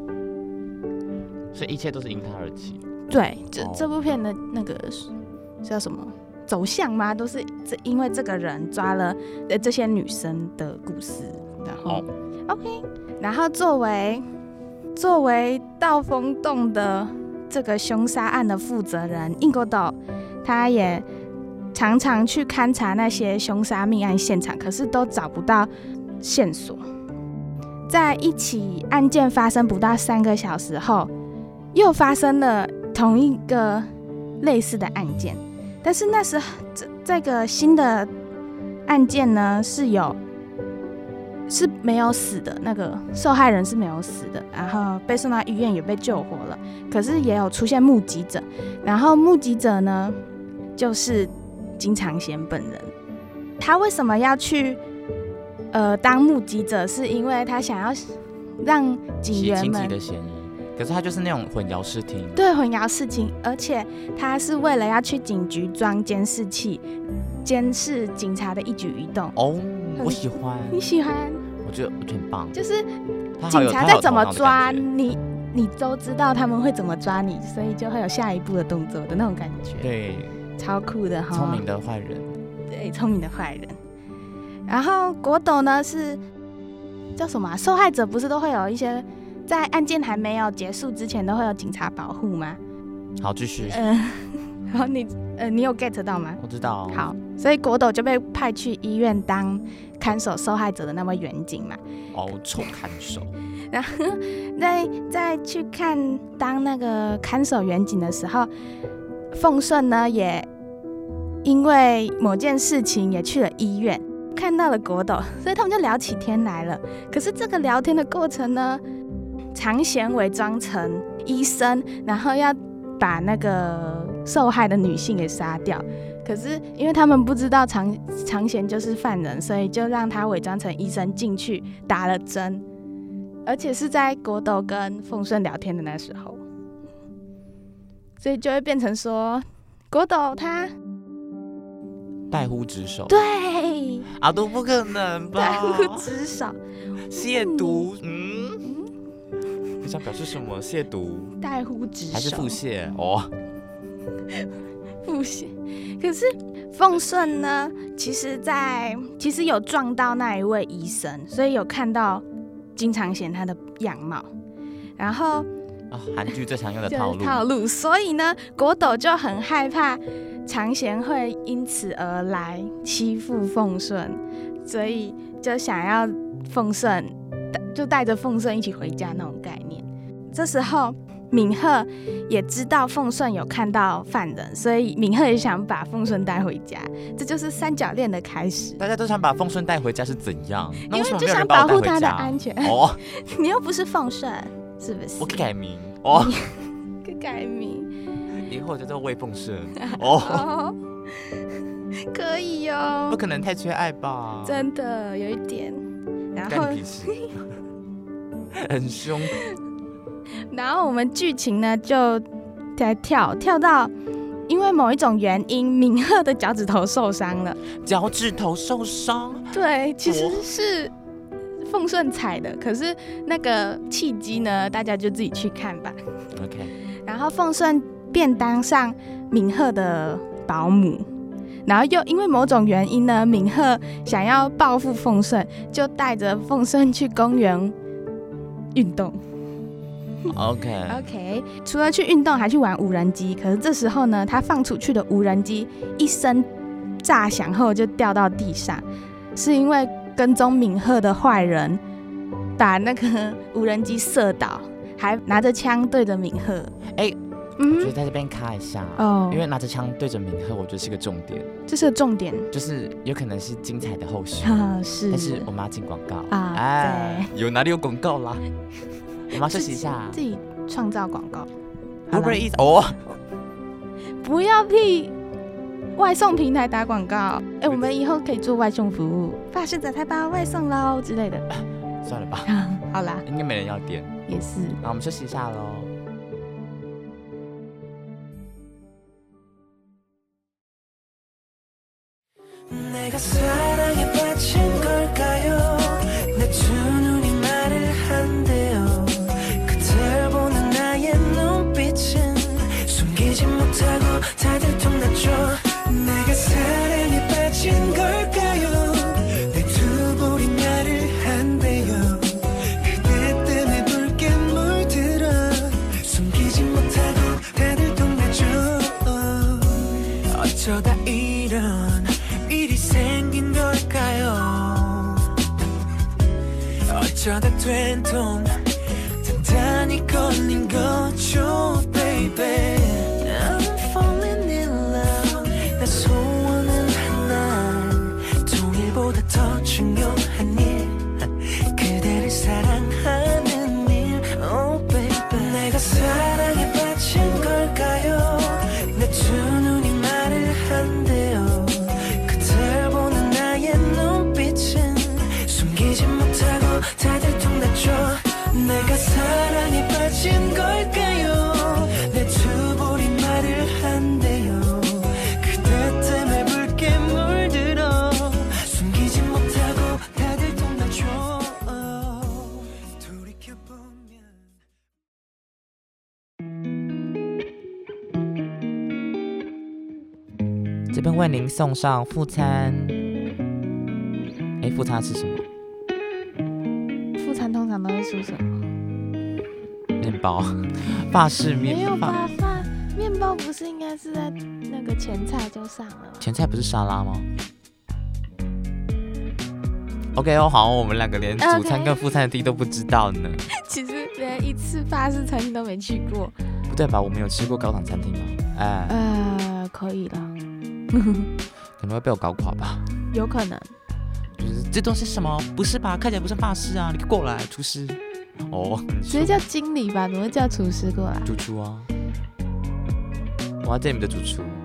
所以一切都是因他而起。 对，这、哦、这部片的那个叫什么走向吗？都是这因为这个人抓了这些女生的故事。然后、哦、，OK， 然后作为作为道风洞的这个凶杀案的负责人应国斗，他也常常去勘察那些凶杀命案现场，可是都找不到线索。在一起案件发生不到三个小时后，又发生了同一个类似的案件，但是那时候这这个新的案件呢是有是没有死的，那个受害人是没有死的，然后被送到医院也被救活了，可是也有出现目击者，然后目击者呢就是金长贤本人。他为什么要去呃当目击者？是因为他想要让警员们自己的嫌疑。可是他就是那种混淆视听， 对，混淆视听，而且他是为了要去警局装监视器，监视警察的一举一动。 哦，我喜欢， 你喜欢？ 我觉得我觉得很棒， 就是警察在怎么抓你，你都知道他们会怎么抓你，所以就会有下一步的动作的那种感觉。 对， 超酷的哈， 聪明的坏人， 对，聪明的坏人。然后国斗呢是叫什么、啊？受害者不是都会有一些。在案件还没有结束之前，都会有警察保护吗？ 好，继续。 嗯、呃，然后你呃，你有 get 到吗？ 我知道。 好，所以国斗就被派去医院当看守受害者的那位员警嘛。 哦，臭看守。 然后在在去看当那个看守员警的时候，奉顺呢也因为某件事情也去了医院，看到了国斗，所以他们就聊起天来了。可是这个聊天的过程呢？长贤伪装成医生，然后要把那个受害的女性给杀掉。 可是因为他们不知道长长贤就是犯人，所以就让他伪装成医生进去打了针，而且是在国斗跟凤顺聊天的那时候，所以就会变成说国斗他代呼职守。 对， 啊，都不可能吧？ 代呼职守， 亵渎，嗯，嗯你想表示什么？亵渎？ 代呼职守还是腹泻？哦， 腹泻。可是凤顺呢，其实在其实有撞到那一位医生，所以有看到金长贤他的样貌，然后啊，韩剧最常用的套路套路，所以呢，国斗就很害怕长贤会因此而来欺负凤顺，所以就想要凤顺就带着凤顺一起回家那种概念。这时候敏赫也知道凤顺有看到犯人，所以敏赫也想把凤顺带回家，这就是三角恋的开始。 大家都想把凤顺带回家是怎样？那为什么因为就想保护他的安全。哦，你又不是凤顺，是不是？ 我可以改名哦， 可以改名， 以后就叫魏凤顺哦。 哦可以哦， 不可能太缺爱吧？ 真的有一点。然后很凶。 然后我们剧情呢就在跳跳到，因为某一种原因，敏赫的脚趾头受伤了。 脚趾头受伤？ 对，其实是凤顺踩的，可是那个契机呢，大家就自己去看吧。 OK。 然后凤顺便当上敏赫的保姆，然后又因为某种原因呢，敏赫想要报复凤顺，就带着凤顺去公园运动。 OK OK， 除了去运动，还去玩无人机。可是这时候呢，他放出去的无人机一声炸响后就掉到地上，是因为跟踪敏赫的坏人把那个无人机射倒，还拿着枪对着敏赫。 哎、欸，嗯，我觉得在这边卡一下哦，因为拿着枪对着敏赫，我觉得是个重点。 这是个重点， 就是有可能是精彩的后续。 啊，是。 但是我们要进广告啊，哎， 有哪里有广告啦？我们要休息一下， 自己创造广告。 Uber Eats 哦， 不要替外送平台打广告。哎、欸，我们以后可以做外送服务，法式杂菜包外送喽之类的。 算了吧， 好啦， 应该没人要点。 也是。 那我们休息一下喽。 어쩌다 이런 일이 생긴 걸까요? 어쩌다 된통 단단히 걸린 거죠, baby. I'm falling in love. 나 소원은 하나, 동일보다 더 중요한 일, 그대를 사랑하는 일, oh baby. 내가 사랑에 빠진 걸까요? 내 두 눈이 한데요. 그댈 보는 나의 눈빛은 숨기지 못하고 다들 통났죠. 내가 사랑에 빠진 걸까요? 내 두 볼이 말을 한대요. 그대 때문에 붉게 물들어 숨기지 못하고 다들 통났죠. 돌이켜보면 这边为您送上副餐。哎，副餐是什么？ 副餐通常都会出什么？ 面包，法式面包。 没有吧？法面包不是应该是在那个前菜就上了吗？ 前菜不是沙拉吗 ？OK 哦，好，我们两个连主餐跟副餐的地都不知道呢。 其实连一次法式餐厅都没去过。 不对吧？我们有吃过高档餐厅吗？哎， 呃，可以啦。 可能会被我搞垮吧， 有可能。 就是这都是什么？不是吧？看起来不是法师啊！你过来，厨师。哦， 直接叫经理吧，怎么会叫厨师过来？ 主厨啊，我要见你们的主厨。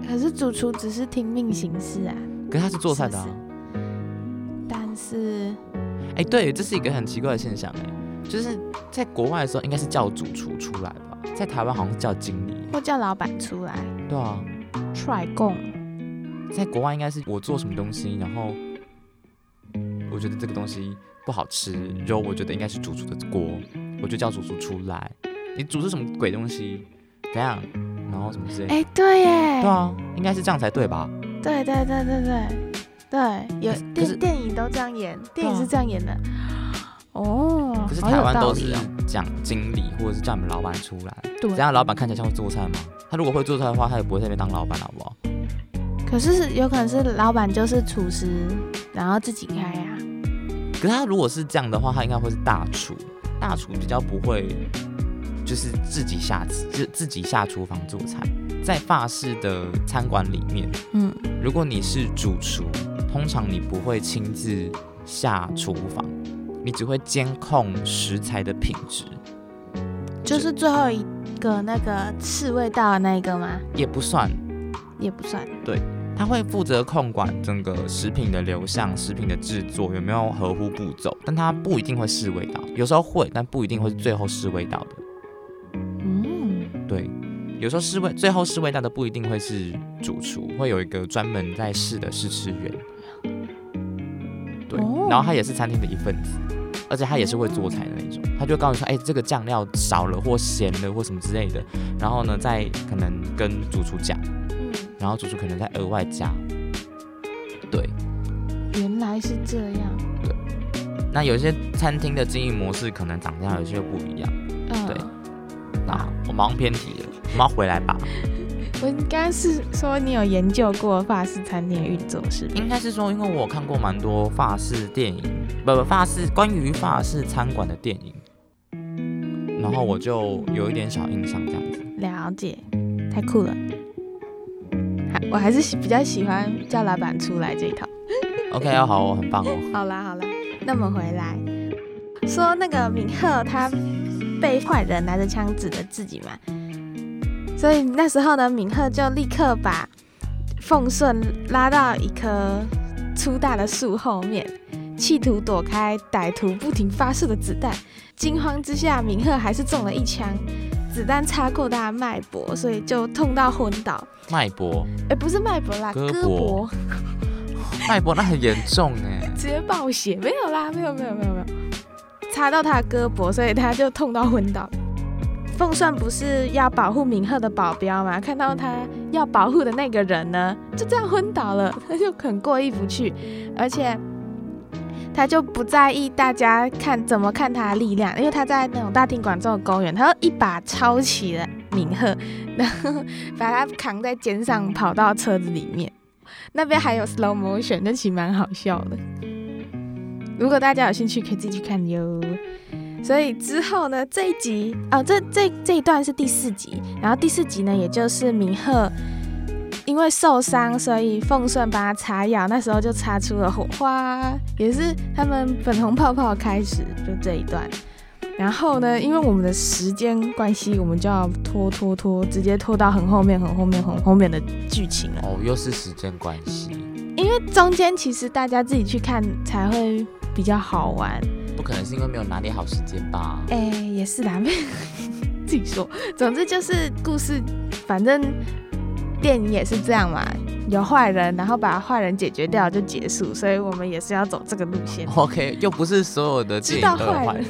可是主厨只是听命行事啊。 可是他是做菜的啊。 是是但是， 哎、欸，对，这是一个很奇怪的现象，哎，就是在国外的时候应该是叫主厨出来吧，在台湾好像是叫经理或叫老板出来。 对啊， 踹供。 在国外应该是我做什么东西，然后我觉得这个东西不好吃，然后我觉得应该是主厨的锅，我就叫主厨出来。你煮是什么鬼东西？怎样？然后什么之类的？ 哎、欸，对耶。 对啊，应该是这样才对吧？ 对对对对对对，有电电影都这样演，电影是这样演的。啊、哦， 可是台湾都是讲经理或者是叫你们老板出来， 对， 这样老板看起来像会做菜吗？他如果会做菜的话，他也不会在那边当老板，好不好？ 可是有可能是老板就是厨师，然后自己开啊。 可是他如果是这样的话，他应该会是大厨，大厨比较不会就是自己下自自己下厨房做菜。在法式的餐馆里面，嗯，如果你是主厨，通常你不会亲自下厨房，你只会监控食材的品质。 就是最后一个那个试味道的那一个吗？ 也不算， 也不算。 对。他会负责控管整个食品的流向、食品的制作有没有合乎步骤，但他不一定会试味道，有时候会，但不一定会是最后试味道的。嗯，对，有时候试味最后试味道的不一定会是主厨，会有一个专门在试的试吃员。对，哦、然后他也是餐厅的一份子，而且他也是会做菜的那种，他就告诉你说，哎、欸，这个酱料少了或咸了或什么之类的，然后呢，再可能跟主厨讲。然后主厨可能再额外加，对， 原来是这样。 对，那有些餐厅的经营模式可能长这样，有些又不一样。嗯，对。那我马上偏题了，我们要回来吧。 我应该是说你有研究过法式餐厅的运作是不是？ 应该是说，因为我看过蛮多法式电影，不不，法式关于法式餐馆的电影，然后我就有一点小印象这样子。 了解，太酷了。我还是比较喜欢叫老板出来这一套。 OK， 哦，好哦，很棒哦。 好啦好啦，那我们回来说那个敏赫，他被坏人拿着枪指着自己嘛，所以那时候呢，敏赫就立刻把凤顺拉到一棵粗大的树后面，企图躲开歹徒不停发射的子弹。惊慌之下，敏赫还是中了一枪。子弹擦过他的脉搏，所以就痛到昏倒。 脉搏？ 哎、欸，不是脉搏啦，胳膊。 脉搏那很严重哎， 直接爆血。没有啦，没有没有没有没有，擦到他的胳膊，所以他就痛到昏倒。凤顺不是要保护敏赫的保镖吗？看到他要保护的那个人呢，就这样昏倒了，他就很过意不去，而且。他就不在意大家看怎么看他的力量，因为他在那种大庭广众的公园，他就一把抄起了敏赫，然后把他扛在肩上跑到车子里面。那边还有 slow motion， 那其实蛮好笑的。如果大家有兴趣，可以自己去看哟。所以之后呢，这一集哦，这这这一段是第四集，然后第四集呢，也就是敏赫。因为受伤，所以凤顺帮他擦药，那时候就擦出了火花，也是他们粉红泡泡的开始，就这一段。然后呢，因为我们的时间关系，我们就要拖拖拖，直接拖到很后面、很后面、很后面的剧情了。 哦，又是时间关系。 因为中间其实大家自己去看才会比较好玩。 不可能是因为没有拿捏好时间吧？ 哎、欸，也是啦，自己说。总之就是故事，反正。电影也是这样嘛，有坏人，然后把坏人解决掉就结束，所以我们也是要走这个路线。 OK， 又不是所有的电影都有坏人。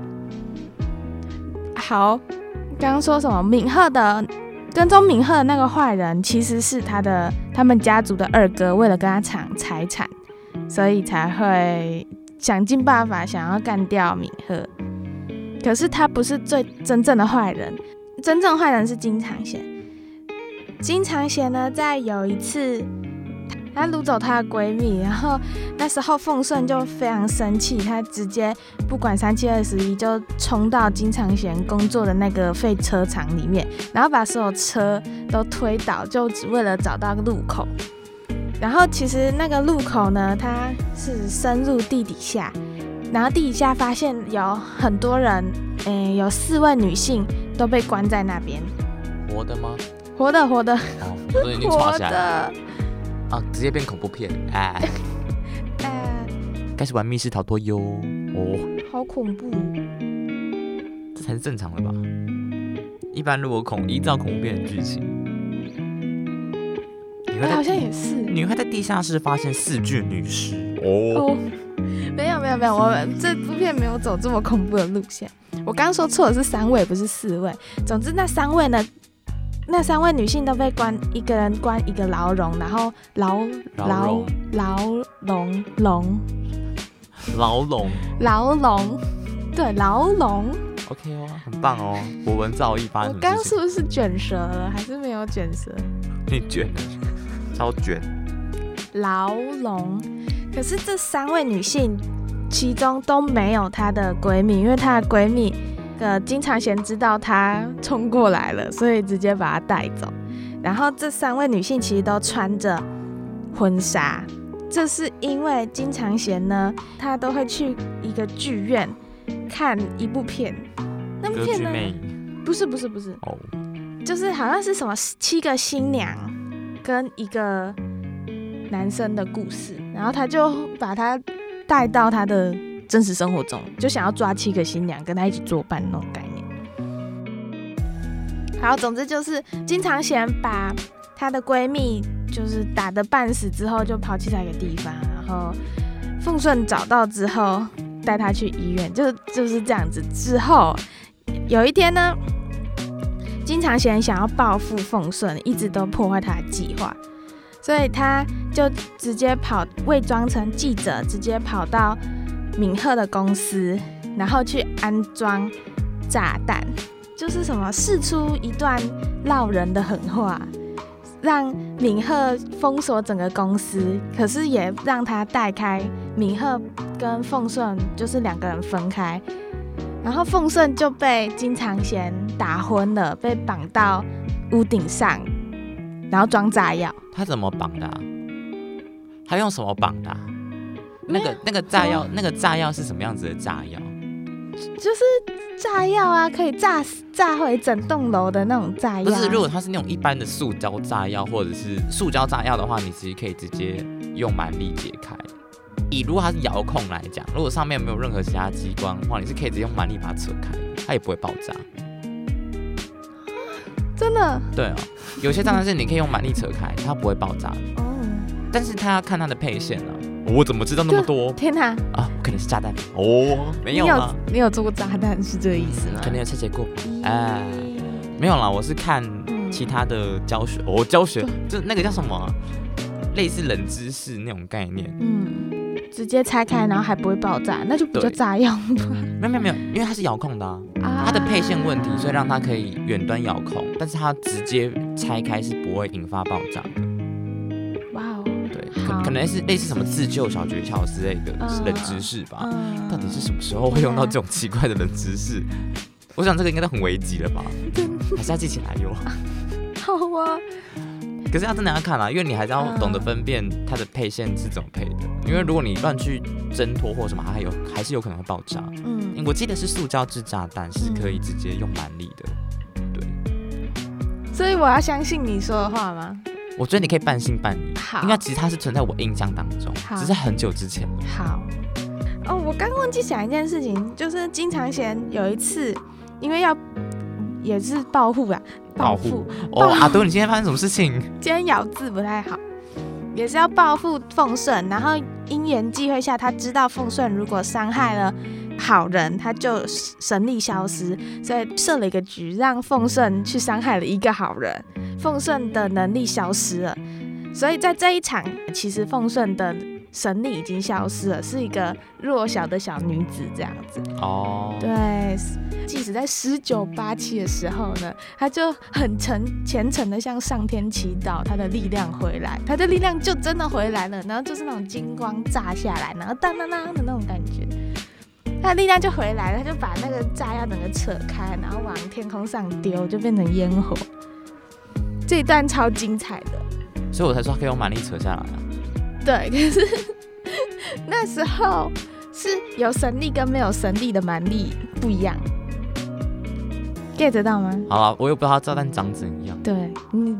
好，刚刚说什么？敏赫的跟踪敏赫的那个坏人，其实是他的他们家族的二哥，为了跟他抢财产，所以才会想尽办法想要干掉敏赫。可是他不是最真正的坏人，真正坏人是金长贤。金长贤呢，在有一次，她掳走她的闺蜜，然后那时候凤顺就非常生气，她直接不管三七二十一，就冲到金长贤工作的那个废车场里面，然后把所有车都推倒，就只为了找到路口。然后其实那个路口呢，它是深入地底下，然后地底下发现有很多人，诶，有四位女性都被关在那边。 活的吗？ 活的活的， 哦，我说已经抓起来了，啊，直接变恐怖片，哎，哎，开始玩密室逃脱哟，哦， 好恐怖， 这才是正常的吧？一般如果恐依照恐怖片的剧情， 哎，好像也是， 你会在地下室发现四具女尸哦。 哦，没有没有没有，我们这部片没有走这么恐怖的路线。我刚刚说错的是三位，不是四位。总之那三位呢，那三位女性都被关一个人关一个牢笼，然后牢牢牢笼笼牢笼牢笼，对牢笼。 OK 哦，很棒哦，国文造诣发生什么事情？我刚刚是不是卷舌了，还是没有卷舌？ 你卷了，超卷。 牢笼，可是这三位女性其中都没有她的闺蜜，因为她的闺蜜呃金长贤知道她冲过来了，所以直接把她带走。然后这三位女性其实都穿着婚纱，这是因为金长贤呢，她都会去一个剧院看一部片，那部片呢，不是不是不是，哦，就是好像是什么七个新娘跟一个男生的故事，然后他就把他带到他的真实生活中，就想要抓七个新娘跟他一起作伴那种概念。好，总之就是金长贤把她的闺蜜就是打得半死之后，就抛弃在一个地方，然后凤顺找到之后带她去医院，就就是这样子。之后有一天呢，金长贤想要报复凤顺，一直都破坏他的计划，所以他就直接跑，伪装成记者，直接跑到敏赫的公司，然后去安装炸弹，就是什么释出一段烙人的狠话，让敏赫封锁整个公司，可是也让他带开敏赫跟凤顺，就是两个人分开。然后凤顺就被金长贤打昏了，被绑到屋顶上，然后装炸药。 他怎么绑的、啊？他用什么绑的、啊？那个那个炸药，那个炸药是什么样子的炸药？ 就是炸药啊，可以炸炸毁整栋楼的那种炸药。 不是，如果它是那种一般的塑胶炸药，或者是塑胶炸药的话，你其实可以直接用蛮力解开。以如果它是遥控来讲，如果上面没有任何其他机关的话，你是可以直接用蛮力把它扯开，它也不会爆炸。 真的？ 对哦，有些炸弹是你可以用蛮力扯开，它不会爆炸的。哦。但是它要看它的配线啊。我怎么知道那么多？ 天哪！ 啊，可能是炸弹哦，没有吗？ 你有做过炸弹是这个意思吗？ 可能有拆解过吧。哎，没有啦，我是看其他的教学，哦，教学就那个叫什么、啊，类似冷知识那种概念。 嗯。直接拆开，然后还不会爆炸，那就不叫炸药吗？ 没有没有没有，因为它是遥控的啊，啊它的配线问题，所以让它可以远端遥控，但是它直接拆开是不会引发爆炸的。 哇哦， 对，可可能是类似什么自救小诀窍之类的冷知识吧。嗯、到底是什么时候会用到这种奇怪的冷知识？我想这个应该都很危急了吧？还是要记起来哟。 好啊。 可是要真的要看啦，因为你还是要懂得分辨它的配线是怎么配的。因为如果你乱去挣脱或什么，还有还是有可能会爆炸。嗯，我记得是塑胶制炸弹是可以直接用蛮力的。对。 所以我要相信你说的话吗？ 我觉得你可以半信半疑。好。应该其实它是存在我印象当中，只是很久之前了。 好。哦，我刚忘记讲一件事情，就是金长贤有一次，因为要也是报复啊。 报复哦，阿都，你今天发生什么事情？ 今天咬字不太好，也是要报复凤顺，然后因缘际会下，他知道凤顺如果伤害了好人，他就神力消失，所以设了一个局，让凤顺去伤害了一个好人，凤顺的能力消失了，所以在这一场，其实凤顺的神力已经消失了，是一个弱小的小女子这样子。哦，对，即使在十九八七的时候呢，她就很诚虔诚的向上天祈祷，她的力量回来，她的力量就真的回来了，然后就是那种金光炸下来，然后当当当的那种感觉，她的力量就回来了，她就把那个炸药整个扯开，然后往天空上丢，就变成烟火。这一段超精彩的， 所以我才说她可以用蛮力扯下来啊。 对，可是那时候是有神力跟没有神力的蛮力不一样 ，get 得到吗？ 好了，我又不知道炸弹长怎样。 对，你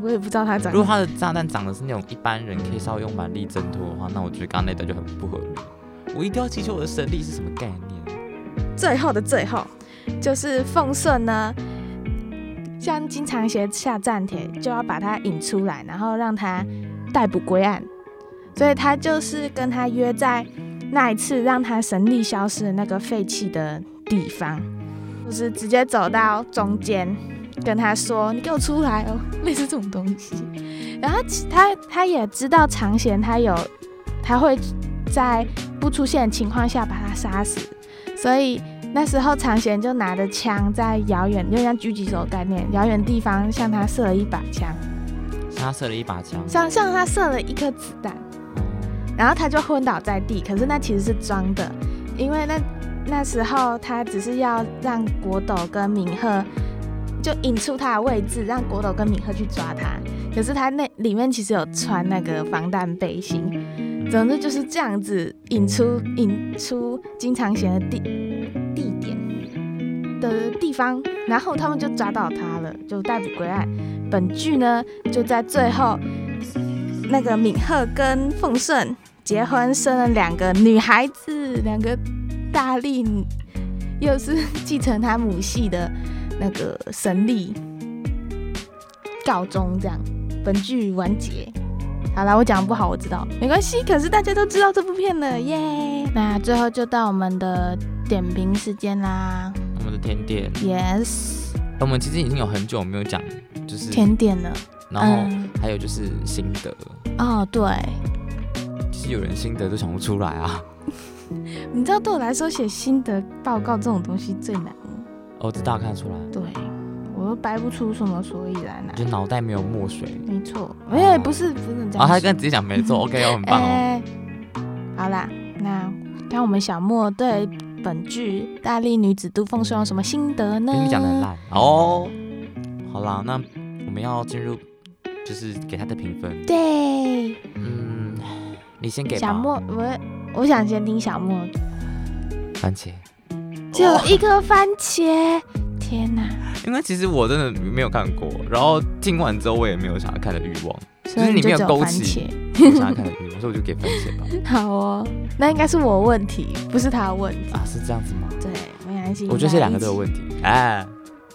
我也不知道他长。 如果他的炸弹长得是那种一般人可以稍微用蛮力挣脱的话，那我觉得刚刚那段就很不合理。我一定要祈求我的神力是什么概念？ 最后的最后，就是凤顺呢，像金长协下战帖，就要把他引出来，然后让他逮捕归案。所以他就是跟他约在那一次让他神力消失的那个废弃的地方，就是直接走到中间，跟他说：“你给我出来哦！”类似这种东西。然后他他也知道长贤他有他会在不出现的情况下把他杀死，所以那时候长贤就拿着枪在遥远，就像狙击手的概念，遥远地方向他射了一把枪， 向他射了一把枪， 向向他射了一颗子弹。然后他就昏倒在地，可是那其实是装的，因为那那时候他只是要让国斗跟敏赫就引出他的位置，让国斗跟敏赫去抓他。可是他那里面其实有穿那个防弹背心，总之就是这样子引出引出金长贤的地地点的地方，然后他们就抓到他了，就逮捕归案。本剧呢就在最后。那个敏赫跟凤顺结婚，生了两个女孩子，两个大力，又是继承他母系的那个神力，告终这样，本剧完结。好了，我讲不好，我知道，没关系。可是大家都知道这部片了，耶！那最后就到我们的点评时间啦。 我们的甜点 ，yes。 我们其实已经有很久没有讲，就是甜点了。 然后还有就是心得。 哦，对。 其实有人心得都想不出来啊。 你知道对我来说写心得报告这种东西最难。 哦，这大家看得出来。 对。我都掰不出什么所以然来， 就脑袋没有墨水。 没错，哎、欸，不是不是这样。 啊，他刚直接讲没错，OK 哦，很棒哦、欸。 好啦，那看我们小莫对本剧《大力女子都凤顺》有什么心得呢？ 你讲得很烂哦。好啦，那我们要进入就是给他的评分。 对， 嗯，你先给吧。 小莫，我我想先听小莫。 番茄， 只有一颗番茄。哦天哪！ 因为其实我真的没有看过，然后听完之后我也没有想要看的欲望， 所以你就是你没有勾起我想要看的欲望，所以我就给番茄吧。 好哦，那应该是我问题，不是他的问题啊？是这样子吗？ 对，没关系。 我觉得这两个都有问题，哎，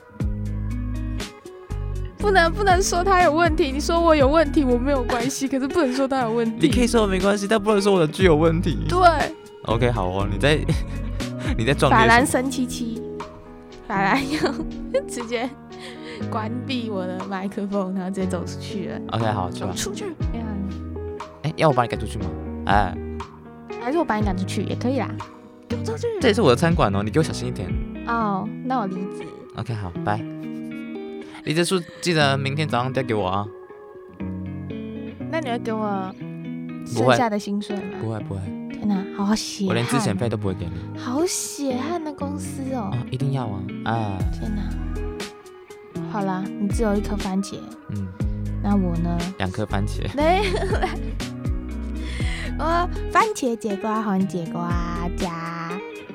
不能不能说他有问题，你说我有问题我没有关系，可是不能说他有问题。 你可以说我没关系，但不能说我的剧有问题。 对 ，OK， 好哦，你在你在撞。 法兰神七七。法兰要直接关闭我的麦克风，然后直接走出去了。 OK， 好，去吧。 出去。哎、 欸，要我把你赶出去吗？哎， 还是我把你赶出去也可以啦。给我出去。 这也是我的餐馆哦，你给我小心一点。 哦，那我离职。 OK， 好，拜。离职书记得明天早上带给我啊。 那你会给我剩下的薪水吗？ 不会，不会。 天哪，好血汗！ 我连资遣费都不会给你。 好血汗的公司哦！ 啊，一定要啊！啊！ 天哪！好啦，你只有一颗番茄。 嗯。 那我呢？ 两颗番茄。 对。我番茄节瓜、红节瓜加。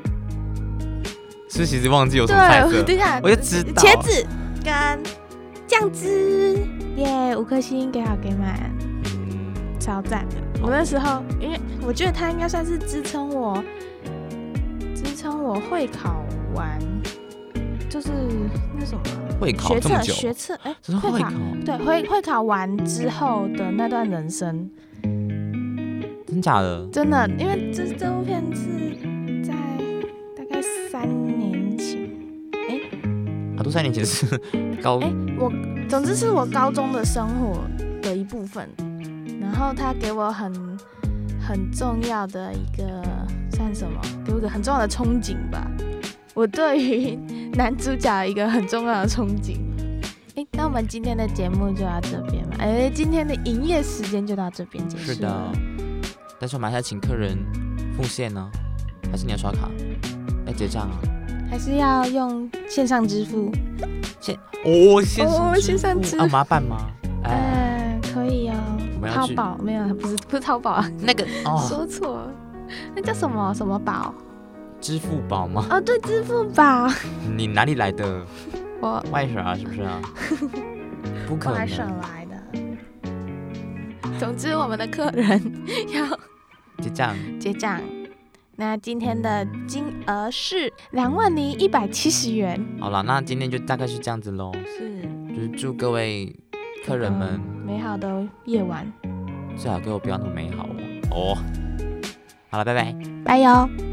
是其实忘记有什么菜色。 对， 我就知道。 茄子跟酱汁，耶，五颗星，给好给满。嗯。超赞的。我那时候，因为我觉得他应该算是支撑我，支撑我会考完，就是那什么会考这么久， 学测哎， 欸、会考对会会考完之后的那段人生， 真假的？ 真的，因为这这部片是在大概三年前，哎、欸， 好多三年前是高，哎、 欸，我总之是我高中的生活的一部分。然后他给我很很重要的一个算什么？给我一个很重要的憧憬吧。我对于男主角一个很重要的憧憬。哎，那我们今天的节目就到这边嘛？哎，今天的营业时间就到这边结束了。是的。 但是我们还是要请客人付现呢，还是你要刷卡？要结账啊？ 还是要用线上支付？ 线哦，线上哦，线上支付。 啊，麻烦吗？ 哎，可以哦。淘宝没有，不是不是淘宝啊， 那个哦， 说错了，那叫什么什么宝？ 支付宝吗？ 哦，对，支付宝。 你哪里来的？ 我外省啊，是不是啊？不可能。 外省来的。 总之，我们的客人要结账， 结账。那今天的金额是两万零一百七十元。 好了，那今天就大概是这样子喽。 是， 就是祝各位客人们、 嗯、美好的夜晚。 最好给我不要那么美好哦。哦，好了，拜拜， 拜哟。